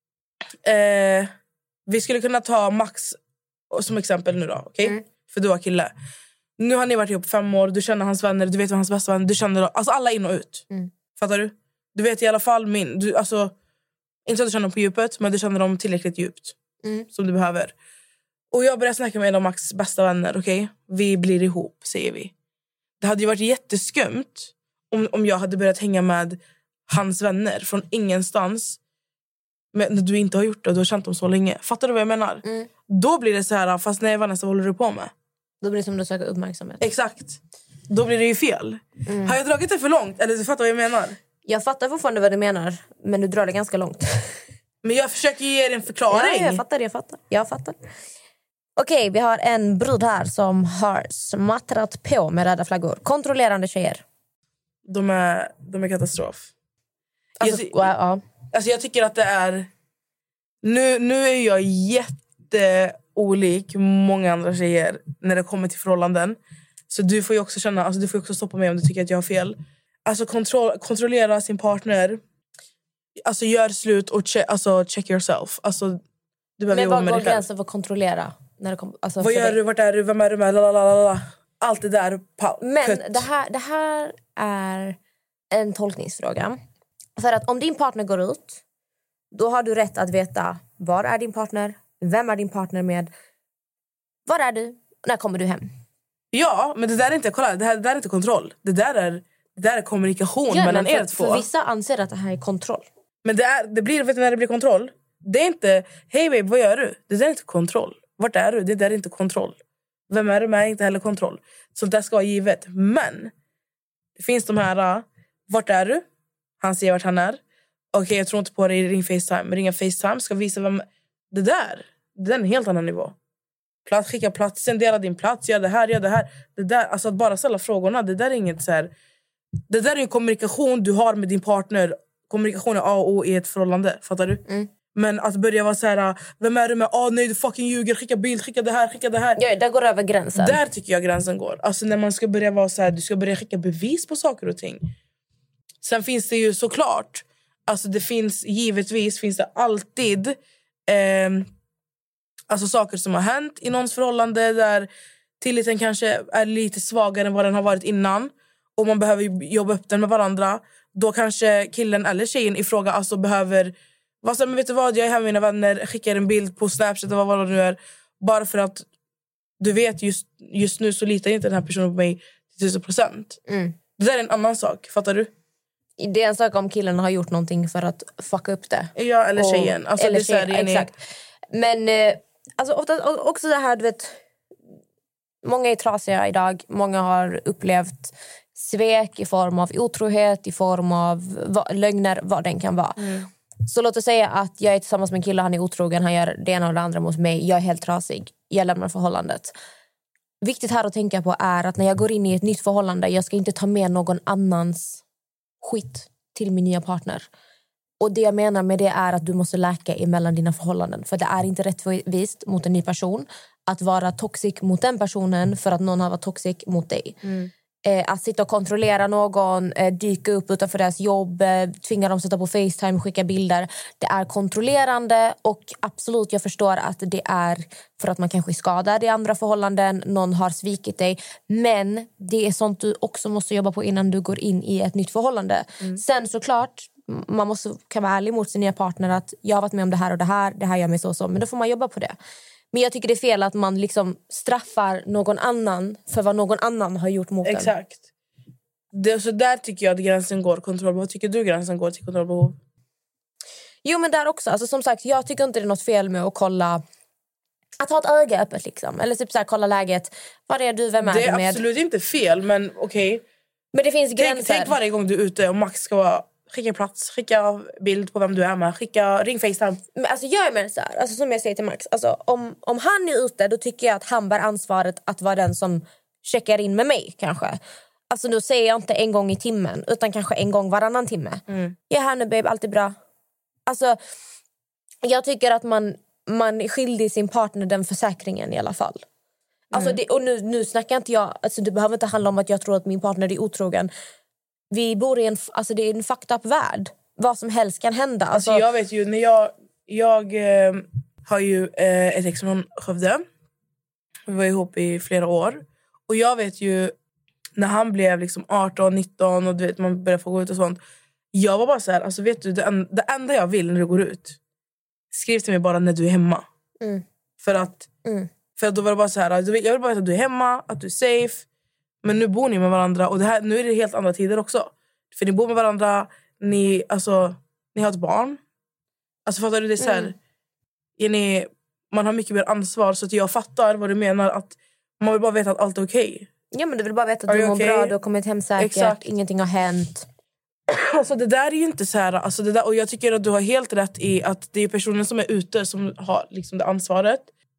S3: Vi skulle kunna ta Max som exempel nu då, okej? För du har kille. Nu har ni varit ihop 5 år, du känner hans vänner, du vet vad hans bästa vänner, du känner alltså alla in och ut. Fattar du? Du vet i alla fall alltså inte att du känner dem på djupet, men du känner dem tillräckligt djupt som du behöver. Och jag börjar snacka med en av Max bästa vänner, okej? Vi blir ihop, säger vi. Det hade ju varit jätteskumt om jag hade börjat hänga med hans vänner från ingenstans. Men när du inte har gjort det, du har känt dem så länge. Fattar du vad jag menar? Då blir det så här, fast nej, Vanessa, vad håller du på med? Då blir det som att du söker uppmärksamhet. Exakt. Då blir det ju fel. Har jag dragit det för långt? Eller du fattar vad jag menar? Jag fattar fortfarande vad du menar, men du drar det ganska långt. Men jag försöker ge dig en förklaring. Ja, jag fattar. Okej, vi har en brud här som har smattrat på med röda flaggor. Kontrollerande tjejer. De är katastrof. Alltså, Alltså jag tycker att det är... Nu är jag jätteolik många andra tjejer när det kommer till förhållanden. Så du får ju också känna, alltså du får också stoppa mig om du tycker att jag har fel. Alltså kontrollera sin partner. Alltså gör slut och check yourself. Alltså du behöver jobba med dig själv. Men vad går
S2: gränsen för att kontrollera? När det alltså,
S3: vad gör du? Vart är du? Vem är du med? Lalalala. Allt det där.
S2: Men det här är en tolkningsfråga. För att om din partner går ut, då har du rätt att veta var är din partner, vem är din partner med, var är du, när kommer du hem?
S3: Ja, men det där är inte, kolla, det där är inte kontroll. Det där är kommunikation mellan er två.
S2: För vissa anser att det här är kontroll.
S3: Men det blir, vet du när det blir kontroll? Det är inte, hej babe, vad gör du? Det där är inte kontroll. Vart är du? Det där är inte kontroll. Vem är du med? Inte heller kontroll. Så det ska vara givet. Men det finns de här, vart är du? Han säger vart han är. Okej, jag tror inte på dig, ring FaceTime. Ringa FaceTime, ska visa vem... Det är en helt annan nivå. Skicka platsen, dela din plats, gör det här. Det där, alltså att bara ställa frågorna, det där är inget så här... Det där är en kommunikation du har med din partner. Kommunikation är A och O i ett förhållande, fattar du?
S2: Mm.
S3: Men att börja vara så här, vem är du med? Nej, du fucking ljuger, skicka bild, skicka det här.
S2: Ja, det går över gränsen.
S3: Där tycker jag gränsen går. Alltså när man ska börja vara så här, du ska börja skicka bevis på saker och ting. Sen finns det ju såklart, alltså det finns, givetvis finns det alltid alltså saker som har hänt i någons förhållande där tilliten kanske är lite svagare än vad den har varit innan. Och man behöver jobba upp den med varandra. Då kanske killen eller tjejen i fråga alltså behöver... Men vet du vad, jag är här med mina vänner, skickar en bild på Snapchat och vad det nu är. Bara för att du vet just nu så litar inte den här personen på mig till 1000%. Det där är en annan sak, fattar du?
S2: Det är en sak om killen har gjort någonting för att fucka upp det.
S3: Ja, eller tjejen. Alltså,
S2: eller
S3: det
S2: tjejen, exakt. Men alltså, ofta, också det här, du vet... Många är trasiga idag. Många har upplevt svek i form av otrohet, i form av lögner, vad den kan vara. Så låt oss säga att jag är tillsammans med en kille, han är otrogen, han gör det ena och det andra mot mig. Jag är helt trasig. Jag lämnar förhållandet. Viktigt här att tänka på är att när jag går in i ett nytt förhållande, jag ska inte ta med någon annans skit till min nya partner. Och det jag menar med det är att du måste läka emellan dina förhållanden. För det är inte rättvist mot en ny person att vara toxic mot den personen för att någon har varit toxic mot dig. Att sitta och kontrollera någon, dyka upp utanför deras jobb, tvinga dem att sätta på FaceTime, skicka bilder. Det är kontrollerande och absolut, jag förstår att det är för att man kanske är skadad i andra förhållanden, någon har svikit dig. Men det är sånt du också måste jobba på innan du går in i ett nytt förhållande. Sen såklart, man kan vara ärlig mot sin nya partner att jag har varit med om det här och det här gör mig så. Men då får man jobba på det. Men jag tycker det är fel att man liksom straffar någon annan för vad någon annan har gjort mot en.
S3: Exakt. Så där tycker jag att gränsen går. Kontrollbehov. Tycker du gränsen går till kontrollbehov?
S2: Jo, men där också. Alltså, som sagt, jag tycker inte det är något fel med att kolla... Att ha ett öga öppet liksom. Eller typ så här, kolla läget. Vad är du, vem är du med?
S3: Det är absolut inte fel, men okej.
S2: Men det finns gränser.
S3: Tänk varje gång du är ute och Max ska vara... Skicka plats, skicka bild på vem du är med, ring FaceTime.
S2: Men alltså jag är med så här, alltså som jag säger till Max, alltså om han är ute, då tycker jag att han bär ansvaret att vara den som checkar in med mig kanske. Alltså nu säger jag inte en gång i timmen, utan kanske en gång varannan timme. Jag är här nu babe, allt är bra. Alltså jag tycker att man är skyldig sin partner den försäkringen i alla fall. Alltså och nu snackar inte jag, alltså det behöver inte handla om att jag tror att min partner är otrogen. Vi bor i det är en fucked up värld. Vad som helst kan hända.
S3: Alltså jag vet ju, när jag har ju ett ex från Skövde. Vi var ihop i flera år. Och jag vet ju, när han blev liksom 18, 19 och du vet, man började få gå ut och sånt. Jag var bara så här, alltså vet du, det enda jag vill när du går ut, skriv till mig bara när du är hemma. För att då var det bara så här, jag vill bara att du är hemma, att du är safe. Men nu bor ni med varandra. Och nu är det helt andra tider också. För ni bor med varandra. Ni har ett barn. Alltså fattar du det så här? Man har mycket mer ansvar. Så att jag fattar vad du menar. Att man vill bara veta att allt är okej.
S2: Ja, men du vill bara veta att du mår bra. Du har kommit hem säkert. Exakt. Ingenting har hänt.
S3: Alltså det där är ju inte så här. Alltså det där, och jag tycker att du har helt rätt i att det är personen som är ute som har liksom det ansvaret.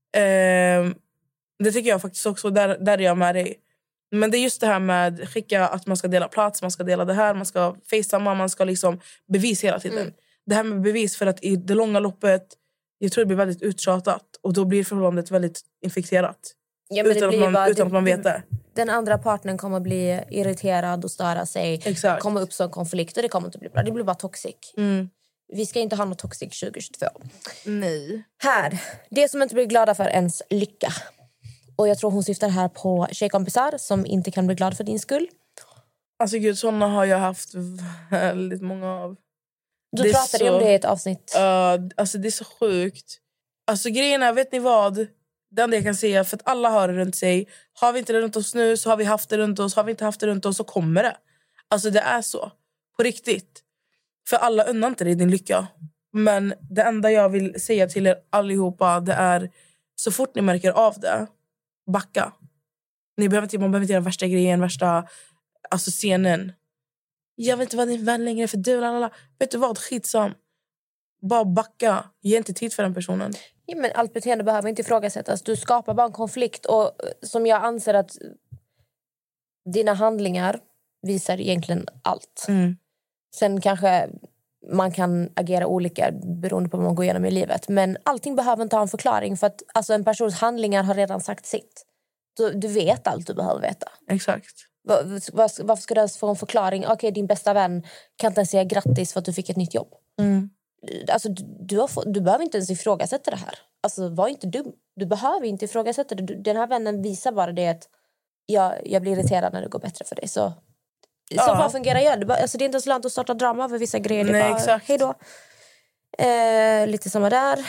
S3: Det tycker jag faktiskt också. Där är jag med dig. Men det är just det här med skicka att man ska dela plats, man ska dela det här, man ska facetimea, man ska liksom bevisa hela tiden. det här med bevis, för att i det långa loppet, jag tror det blir väldigt uttjatat. Och då blir förhållandet väldigt infekterat.
S2: Ja, men utan
S3: att man vet det.
S2: Den andra partnern kommer bli irriterad och störa sig.
S3: Exakt.
S2: Kommer uppstå en konflikt och det kommer inte bli bra. Det blir bara toxic. Vi ska inte ha något toxic 2022.
S3: Nej.
S2: Här, det som inte blir glada för ens lycka. Och jag tror hon syftar här på tjejkompisar som inte kan bli glada för din skull.
S3: Alltså gud, sådana har jag haft väldigt många av.
S2: Du pratade om det i ett avsnitt.
S3: Alltså det är så sjukt. Alltså grejerna, vet ni vad? Det enda jag kan säga, för att alla har det runt sig. Har vi inte det runt oss nu så har vi haft det runt oss. Har vi inte haft det runt oss så kommer det. Alltså det är så. På riktigt. För alla unnar inte dig din lycka. Men det enda jag vill säga till er allihopa, det är så fort ni märker av det, backa. Man behöver inte göra värsta grejen, värsta scenen. Jag vill inte vara din vän längre för du. Lalala. Vet du vad? Skitsam. Bara backa. Ge inte tid för den personen.
S2: Ja, men allt beteende behöver inte ifrågasättas. Du skapar bara en konflikt. Och som jag anser att dina handlingar visar egentligen allt. Sen kanske man kan agera olika beroende på vad man går igenom i livet. Men allting behöver inte ha en förklaring. För att en persons handlingar har redan sagt sitt. Du vet allt du behöver veta.
S3: Exakt.
S2: Varför ska du ens få en förklaring? Okej, din bästa vän kan inte ens säga grattis för att du fick ett nytt jobb. Alltså, du behöver inte ens ifrågasätta det här. Alltså, var inte dum. Du behöver inte ifrågasätta det. Den här vännen visar bara det att jag blir irriterad när det går bättre för dig. Så bara fungerar jag. Alltså, det är inte så lönt att starta drama över vissa grejer.
S3: Nej,
S2: bara,
S3: exakt.
S2: Hej då. Lite samma där.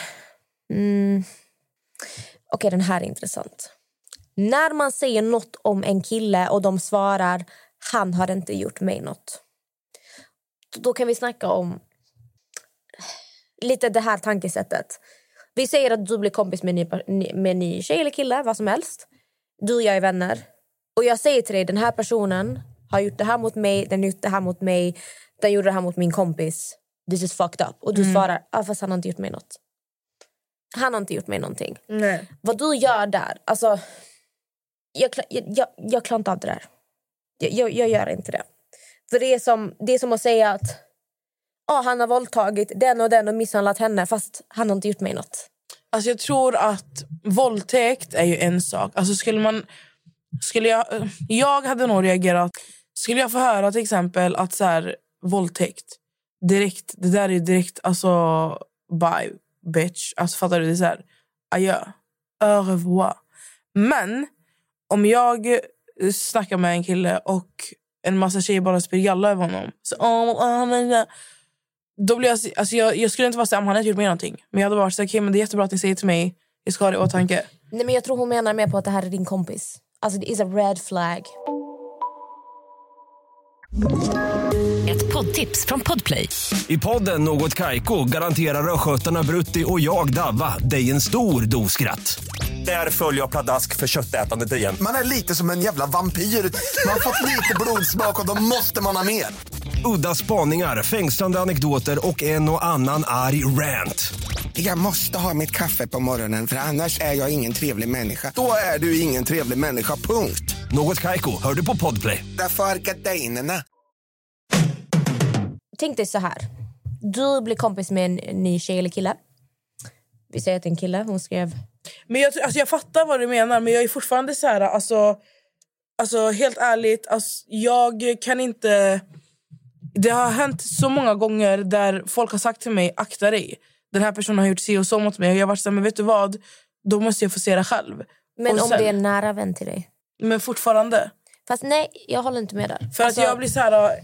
S2: Okej, den här är intressant. När man säger något om en kille och de svarar han har inte gjort mig något. Då kan vi snacka om lite det här tankesättet. Vi säger att du blir kompis med en ny tjej eller kille, vad som helst. Du och jag är vänner. Och jag säger till dig, den här personen har gjort det här mot mig, den har gjort det här mot mig, den gjorde det här mot min kompis. This is fucked up. Och du svarar, fast han har inte gjort mig något. Han har inte gjort mig någonting.
S3: Nej.
S2: Vad du gör där, alltså... Jag klarar inte av det där. Jag gör inte det. För det är som att säga att han har våldtagit den och misshandlat henne fast han har inte gjort mig något.
S3: Alltså jag tror att våldtäkt är ju en sak. Alltså jag hade nog reagerat. Skulle jag få höra till exempel att så här, våldtäkt direkt, det där är direkt alltså bye bitch. Alltså fattar du, det är så här adjö, au revoir. Men om jag snackar med en kille och en massa tjejer bara spyr galla över honom. Så, då blir jag skulle inte vara så, han hade inte gjort mig någonting. Men jag hade varit så okej, men det är jättebra att ni säger till mig. Jag ska ha det i åtanke.
S2: Nej, men jag tror hon menar mer på att det här är din kompis. Alltså det is a red flag.
S1: Ett poddtips från Podplay.
S4: I podden Något Kaiko garanterar röskötarna Brutti och jag Davva dig en stor doskratt. Där följer jag pladask för köttätandet igen.
S5: Man är lite som en jävla vampyr. Man har fått lite blodsmak och då måste man ha mer.
S4: Udda spaningar, fängslande anekdoter och en och annan arg rant.
S5: Jag måste ha mitt kaffe på morgonen för annars är jag ingen trevlig människa. Då är du ingen trevlig människa, punkt.
S4: Något Kaiko, hör du på Podplay.
S5: Därför är gardinerna.
S2: Tänk dig så här. Du blir kompis med en ny tjej eller kille. Vi säger att det är en kille, hon skrev...
S3: Men jag fattar vad du menar, men jag är fortfarande så här, alltså helt ärligt, jag kan inte... Det har hänt så många gånger där folk har sagt till mig, akta dig. Den här personen har gjort sig och så mot mig. Och jag har varit så här, men vet du vad? Då måste jag få se det själv.
S2: Men om det är en nära vän till dig?
S3: Men fortfarande.
S2: Fast nej, jag håller inte med där.
S3: För att jag blir så här,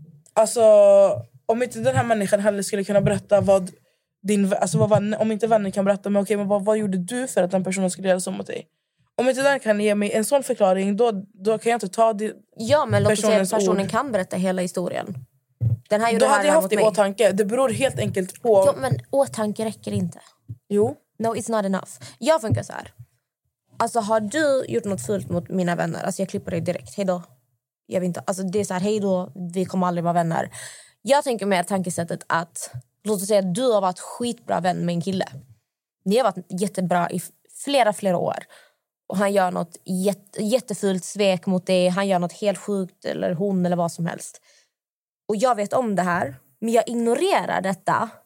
S3: om inte den här människan heller skulle kunna berätta vad om inte vännen kan berätta, men okej, men vad gjorde du för att den personen skulle göra så mot dig? Om inte den kan ge mig en sån förklaring, då kan jag inte ta det.
S2: Ja, men låt oss säga att personen kan berätta hela historien. Den här
S3: då hade jag haft det i åtanke. Det beror helt enkelt på...
S2: Jo, men åtanke räcker inte.
S3: Jo.
S2: No, it's not enough. Jag funkar så här. Alltså, har du gjort något fult mot mina vänner? Alltså, jag klipper dig direkt. Hej då. Jag vill inte... Alltså, det är så här, hej då. Vi kommer aldrig vara vänner. Jag tänker med tankesättet att... Låt oss säga att du har varit skitbra vän med en kille. Ni har varit jättebra i flera år. Och han gör något jättefult svek mot dig. Han gör något helt sjukt, eller hon, eller vad som helst. Och jag vet om det här. Men jag ignorerar detta.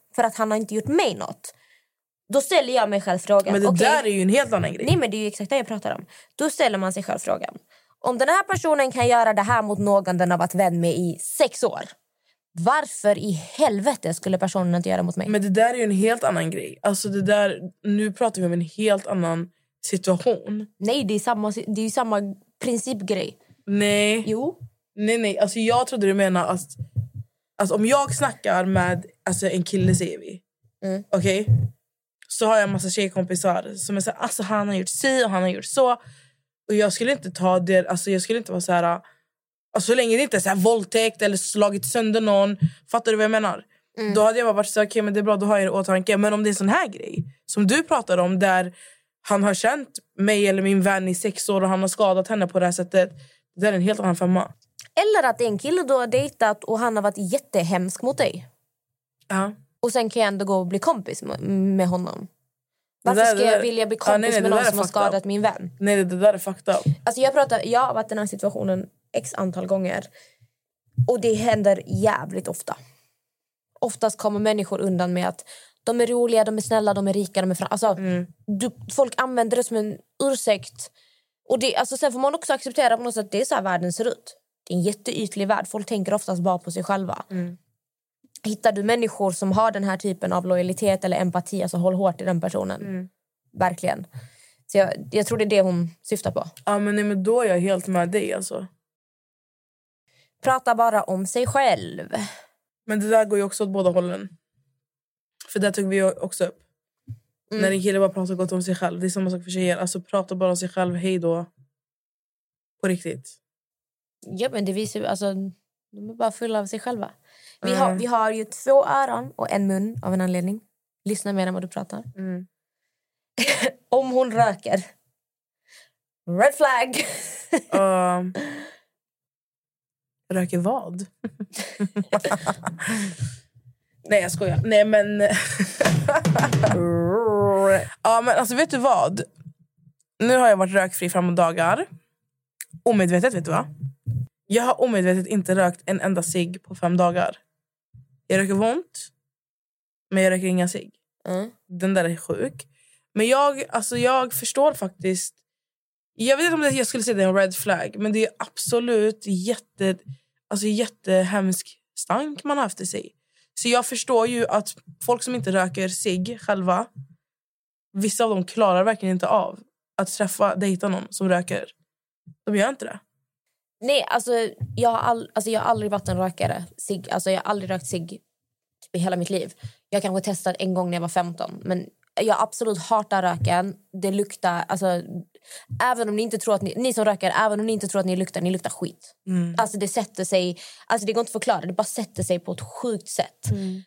S2: för att han har inte gjort mig något. Då ställer jag mig själv frågan.
S3: Men det där är ju en helt annan grej.
S2: Nej, men det är ju exakt det jag pratar om. Då ställer man sig själv frågan. Om den här personen kan göra det här mot någon den har varit vän med i 6 år. Varför i helvete skulle personen inte göra det mot mig?
S3: Men det där är ju en helt annan grej. Alltså det där, nu pratar vi om en helt annan situation.
S2: Nej, det är ju samma principgrej.
S3: Nej.
S2: Jo.
S3: Nej. Alltså jag trodde du menar att alltså om jag snackar med en kille, säger vi. Okej? Så har jag en massa tjejkompisar som är så här, alltså han har gjort si och han har gjort så. Och jag skulle inte ta det, alltså jag skulle inte vara så här, alltså så länge det inte är så här våldtäkt eller slagit sönder någon, fattar du vad jag menar? Då hade jag bara varit så okej, men det är bra, då har jag det i åtanke. Men om det är en sån här grej som du pratar om, där han har känt mig eller min vän i 6 år och han har skadat henne på det här sättet, det är en helt annan femma.
S2: Eller att det är en kille du har dejtat och han har varit jättehemsk mot dig.
S3: Ja.
S2: Och sen kan jag ändå gå och bli kompis med honom. Varför ska jag vilja bli kompis med någon som har skadat min vän?
S3: Nej, det där är fucked up.
S2: Alltså jag har varit i den här situationen x antal gånger. Och det händer jävligt ofta. Oftast kommer människor undan med att de är roliga, de är snälla, de är rika, de är folk använder det som en ursäkt. Och det, alltså, sen får man också acceptera på något sätt att det är så här världen ser ut. Det är en jätteytlig värld. Folk tänker oftast bara på sig själva. Hittar du människor som har den här typen av lojalitet eller empati, alltså håll hårt i den personen. Verkligen. Så jag tror det är det hon syftar på.
S3: Ja, men då är jag helt med dig alltså.
S2: Prata bara om sig själv.
S3: Men det där går ju också åt båda hållen. För det tog vi också upp. När en kille bara pratar gott om sig själv. Det är samma sak för tjejer. Alltså prata bara om sig själv, hej då. På riktigt.
S2: Ja, men det visar ju, alltså, de är bara fulla av sig själva. Vi har ju 2 öron och en mun av en anledning. Lyssna mer än vad du pratar. Om hon röker. Red flag.
S3: Röker vad? Nej, jag skojar. Nej, men... ja, men alltså vet du vad? Nu har jag varit rökfri framåt dagar. Omedvetet, vet du vad? Jag har omedvetet inte rökt en enda cigg på 5 dagar. Jag röker vondt, men jag röker inga cigg. Den där är sjuk. Men jag förstår faktiskt. Jag vet inte om jag skulle säga det är en red flag, men det är absolut jättehemsk stank man har efter sig. Så jag förstår ju att folk som inte röker cigg själva, vissa av dem klarar verkligen inte av att dejta någon som röker. De gör inte det.
S2: Nej, alltså jag har aldrig varit en rökare. Alltså jag har aldrig rökt cigg typ i hela mitt liv. Jag kanske testat en gång när jag var 15, men jag absolut hatar röken. Det luktar, alltså även om ni inte tror att ni som röker, även om ni inte tror att ni luktar skit. Alltså det sätter sig, alltså det går inte att förklara, det bara sätter sig på ett sjukt sätt.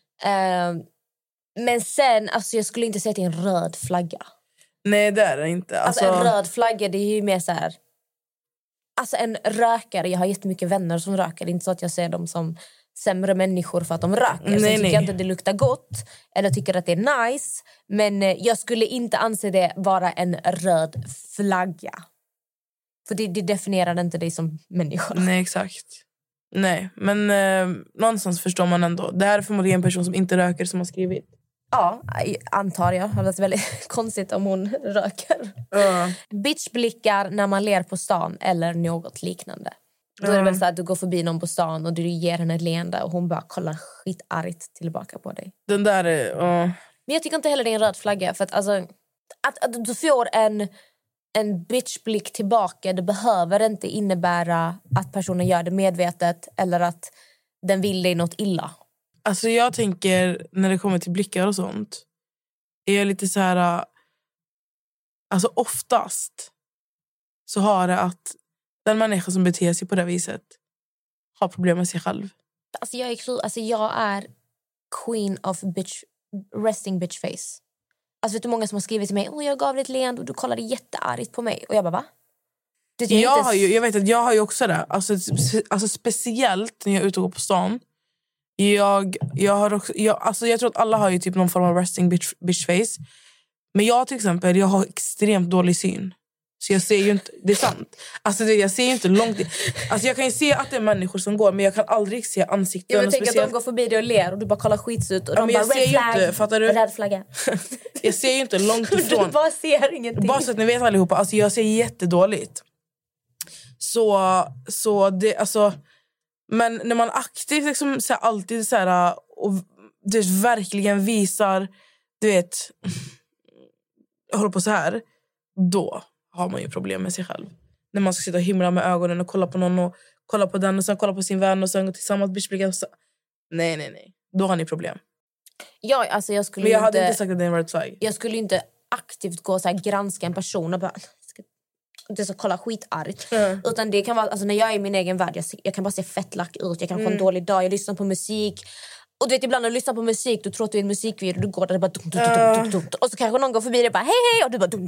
S2: Men sen, alltså jag skulle inte säga att det är en röd flagga.
S3: Nej, det är det inte.
S2: Alltså en röd flagga, det är ju mer så här. Alltså en rökare, jag har jättemycket vänner som röker. Det är inte så att jag ser dem som sämre människor för att de röker. Så tycker jag inte att det luktar gott. Eller tycker att det är nice. Men jag skulle inte anse det vara en röd flagga. För det definierar inte dig som människa.
S3: Nej, exakt. Nej, men någonstans förstår man ändå. Det här är förmodligen en person som inte röker som har skrivit.
S2: Ja, antar jag. Det är väldigt konstigt om hon röker. Bitchblickar när man ler på stan eller något liknande. Då är det väl så att du går förbi någon på stan och du ger henne ett leende och hon bara kollar skitargt tillbaka på dig.
S3: Den där är...
S2: Men jag tycker inte heller det är en röd flagga. För att, alltså, att du får en bitchblick tillbaka, det behöver inte innebära att personen gör det medvetet eller att den vill dig något illa.
S3: Alltså jag tänker, när det kommer till blickar och sånt, är jag lite så här... Alltså oftast så har det att den människa som beter sig på det viset har problem med sig själv.
S2: Alltså jag är queen of resting bitch face. Alltså vet du många som har skrivit till mig, jag gav dig ett leende och du kollade jätteargt på mig. Och jag bara, va?
S3: Jag vet att jag har ju också det. Alltså speciellt när jag är ute och går på stan. Jag tror att alla har ju typ någon form av resting bitch face. Men jag till exempel, jag har extremt dålig syn. Så jag ser ju inte, det är sant. Alltså jag ser ju inte långt. Alltså jag kan ju se att det är människor som går, men jag kan aldrig se ansikten.
S2: Jag tänker att de går förbi dig och ler och du bara kollar skitsut och de bara red flag,
S3: inte, fattar du?
S2: Red flagga.
S3: Jag ser ju inte långt ifrån.
S2: Du bara ser ingenting.
S3: Bara så att ni vet allihopa, alltså jag ser jättedåligt. Så det, alltså, men när man aktivt liksom så här, alltid så här, och det verkligen visar, du vet, jag håller på så här, då har man ju problem med sig själv. När man ska sitta och himla med ögonen och kolla på någon och kolla på den och sen kolla på sin vän och sen gå tillsammans bitchblicka. Nej. Då har ni problem.
S2: Ja, alltså jag skulle
S3: men jag hade inte sagt att det är en red flag.
S2: Jag skulle inte aktivt gå och så här, granska en person och bara det ska kolla skitargt. Utan det kan vara, alltså när jag är i min egen värld, jag kan bara se fettlack ut. Jag kan få en dålig dag, jag lyssnar på musik. Och du vet, ibland när du lyssnar på musik, du tror att du är en musikvideo, du går där och bara dum. Och så kanske någon går förbi dig och bara hej, och du bara dum.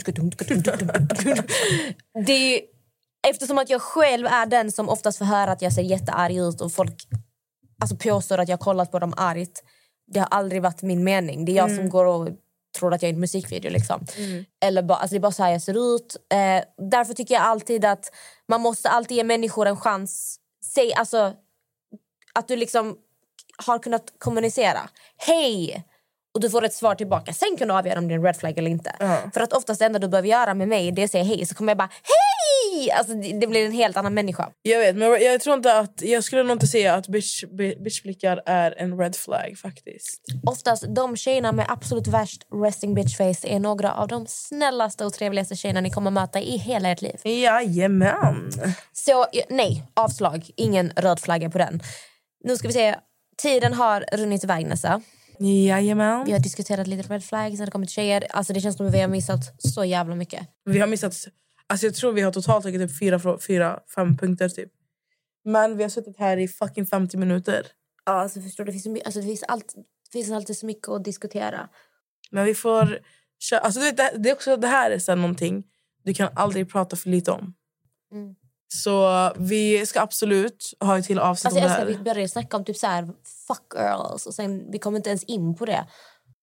S2: Det är, eftersom att jag själv är den som oftast får höra att jag ser jättearg ut och folk alltså påstår att jag har kollat på dem argt. Det har aldrig varit min mening. Det är jag som går och tror att jag är en musikvideo liksom. Eller bara, alltså det är bara så här jag ser ut. Därför tycker jag alltid att man måste alltid ge människor en chans. Säg alltså att du liksom har kunnat kommunicera. Hej! Och du får ett svar tillbaka. Sen kan du avgöra om det är en red flag eller inte. För att oftast det enda du behöver göra med mig, det är att säga hej. Så kommer jag bara, hej! Alltså det blir en helt annan människa.
S3: Jag vet, men jag tror inte att, jag skulle nog inte säga att bitchblickar är en red flag faktiskt.
S2: Oftast de tjejerna med absolut värst resting bitch face är några av de snällaste och trevligaste tjejerna ni kommer möta i hela ert liv.
S3: Jajamän.
S2: Så nej, avslag. Ingen röd flagga på den. Nu ska vi se. Tiden har runnit iväg, Nessa.
S3: Jajamän.
S2: Vi har diskuterat lite red flags när det kommer till tjejer. Alltså det känns som att vi har missat så jävla mycket.
S3: Vi har missat, alltså jag tror vi har totalt tagit upp 4-5 punkter typ. Men vi har suttit här i fucking 50 minuter.
S2: Ja, alltså förstår du, det finns alltid så mycket att diskutera.
S3: Men vi får alltså det är också, det här är sen någonting du kan aldrig prata för lite om. Så vi ska absolut ha ett till avsnitt om det här.
S2: Vi börjar snacka om typ så här fuck girls och sen vi kommer inte ens in på det.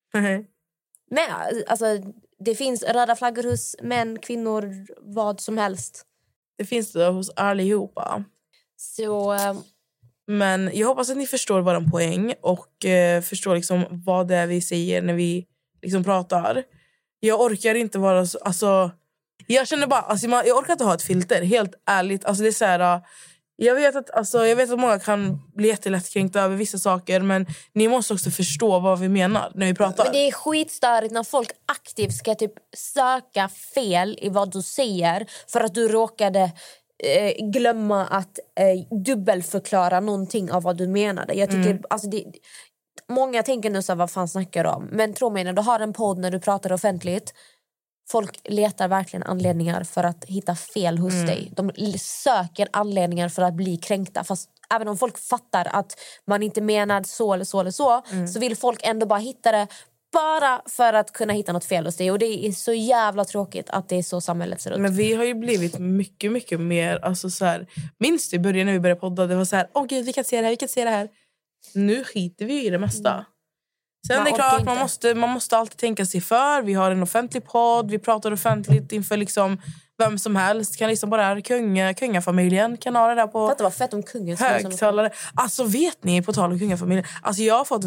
S2: Men alltså det finns röda flaggor hos män, kvinnor, vad som helst.
S3: Det finns det hos allihopa.
S2: Så
S3: men jag hoppas att ni förstår våran poäng och förstår liksom vad det är vi säger när vi liksom pratar. Jag orkar inte vara så, alltså jag känner bara, alltså jag orkar inte ha ett filter, helt ärligt. Alltså det är så här, jag vet att många kan bli jättelättkränkta över vissa saker, men ni måste också förstå vad vi menar när vi pratar.
S2: Men det är skitstörigt när folk aktivt ska typ söka fel i vad du säger för att du råkade glömma att dubbelförklara någonting av vad du menade. Jag tycker alltså många tänker nu så här, vad fan snackar du om? Men tro mig, när du har en podd, när du pratar offentligt, folk letar verkligen anledningar för att hitta fel hos dig. De söker anledningar för att bli kränkta. Fast även om folk fattar att man inte menar så eller så eller så, så vill folk ändå bara hitta det bara för att kunna hitta något fel hos dig. Och det är så jävla tråkigt att det är så samhället ser ut.
S3: Men vi har ju blivit mycket, mycket mer, alltså så här, minst i början när vi började podda, det var så här, åh gud, vi kan se det här. Nu skiter vi i det mesta. Sen det är klart, man måste alltid tänka sig för. Vi har en offentlig podd, vi pratar offentligt inför liksom vem som helst. Kan liksom bara kungafamiljen kan ha det där på.
S2: Fattar vad fett om kungen
S3: högtalare. Alltså vet ni, på tal om kungafamiljen, alltså jag har fått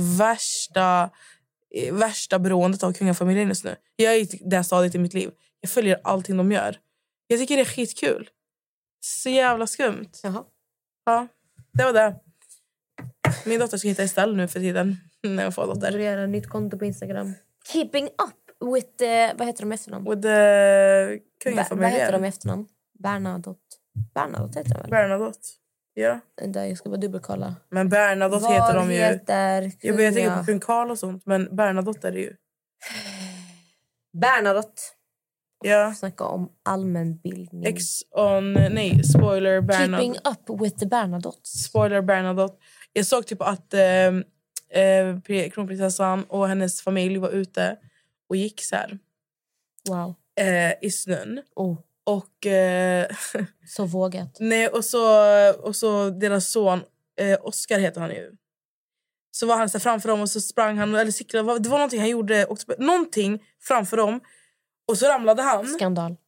S3: värsta beroendet av kungafamiljen just nu. Jag är i det stadiet i mitt liv. Jag följer allting de gör. Jag tycker det är skitkul. Så jävla skumt.
S2: Jaha.
S3: Ja, det var det. Min dotter ska hitta Estelle nu för tiden. När jag får dotter.
S2: Göra ett nytt konto på Instagram. Keeping up with vad heter de efternamn?
S3: With kungafamiljen.
S2: Vad heter de efternamn? Bernadotte heter de väl?
S3: Bernadotte. Ja.
S2: Där jag ska bara dubbelkolla.
S3: Men Bernadotte heter de ju.
S2: Jag
S3: tänker på kung Karl och sånt, men Bernadotte är det ju.
S2: Bernadotte.
S3: Ja.
S2: Snacka om allmänbildning.
S3: Spoiler Bernadotte.
S2: Keeping up with the Bernadotte.
S3: Spoiler Bernadotte. Jag såg typ att kronprinsessan och hennes familj var ute och gick så här.
S2: Wow.
S3: I snön.
S2: Oh.
S3: Och
S2: så vågat.
S3: Nej, och så deras son Oscar heter han ju. Så var han så framför dem och så sprang han eller cyklade. Det var någonting han gjorde, någonting framför dem. Och så ramlade han.
S2: Skandal.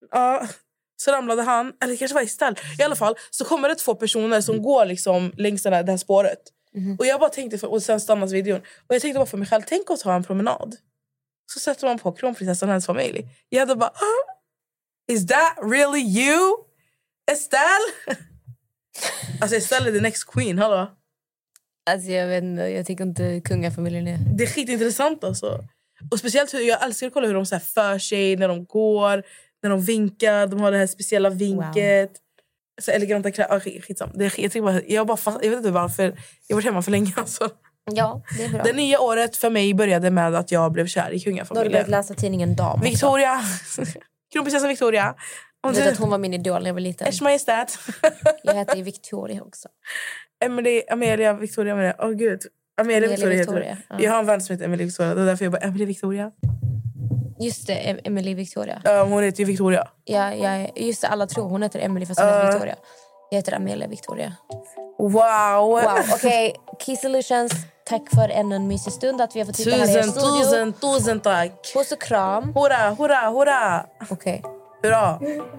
S3: Ja, så ramlade han. Eller det kanske var Estelle. I alla fall så kommer det 2 personer som går liksom längs det här spåret. Och jag bara tänkte, och sen stannas videon. Och jag tänkte bara för mig själv, tänk att ta en promenad. Så sätter man på kronprinsessan och hennes familj. Jag hade bara, is that really you? Estelle? Alltså Estelle är the next queen, hallå?
S2: Alltså jag vet inte, jag tycker inte kungafamiljen är...
S3: Det är skitintressant alltså. Och speciellt, jag älskar att kolla hur de så här för sig när de går, när de vinkar. De har det här speciella vinket. Wow. Så eleganta skitsam. Jag vet inte varför. Jag har varit hemma för länge alltså.
S2: Ja, det är bra.
S3: Det nya året för mig började med att jag blev kär i kungafamiljen.
S2: Då har du börjat läsa tidningen Dam.
S3: Victoria. Kronprinsessan Victoria.
S2: Jag vet att hon var min idol när jag var liten.
S3: Ers Majestät.
S2: Jag heter ju Victoria också.
S3: Amelia Victoria. Åh gud. Amelia Victoria. Ja. Jag har en vän som heter Amelia Victoria. Det är därför jag bara, Amelia Victoria.
S2: Just det, Emily Victoria.
S3: Hon heter ju Victoria.
S2: Ja, just det, alla tror hon heter Emily fast hon heter Victoria. Jag heter Amelia Victoria.
S3: Wow.
S2: Okej, Key Solutions, tack för ännu en mysig stund att vi har fått titta här i er studio.
S3: Tusen tack.
S2: Puss och kram.
S3: Hurra.
S2: Okej.
S3: Hurra.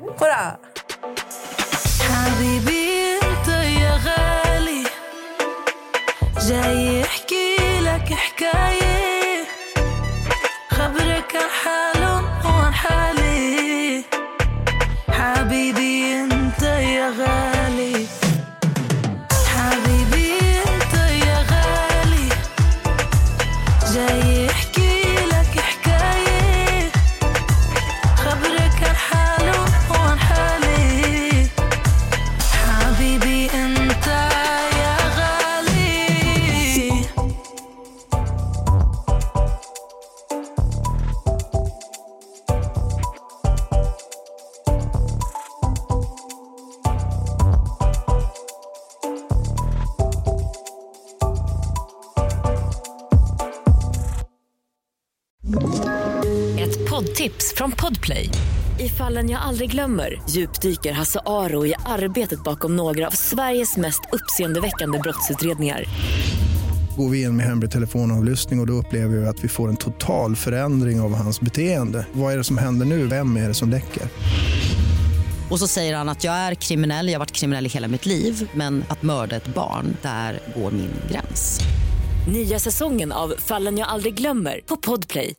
S6: حبيبي انت يا غالي جاي احكي لك حكاية خبرك عن حالهم وعن حالي حبيبي انت يا غالي حبيبي انت يا غالي جاي احكي لك حكاية خبرك عن حالهم وعن حالي حبيبي انت يا غالي
S1: Ett poddtips från Podplay. I Fallen jag aldrig glömmer djupdyker Hasse Aro i arbetet bakom några av Sveriges mest uppseendeväckande brottsutredningar.
S7: Går vi in med hemlig telefonavlyssning och då upplever vi att vi får en total förändring av hans beteende. Vad är det som händer nu? Vem är det som läcker?
S8: Och så säger han att jag är kriminell, jag har varit kriminell i hela mitt liv. Men att mörda ett barn, där går min gräns.
S1: Nya säsongen av Fallen jag aldrig glömmer på Podplay.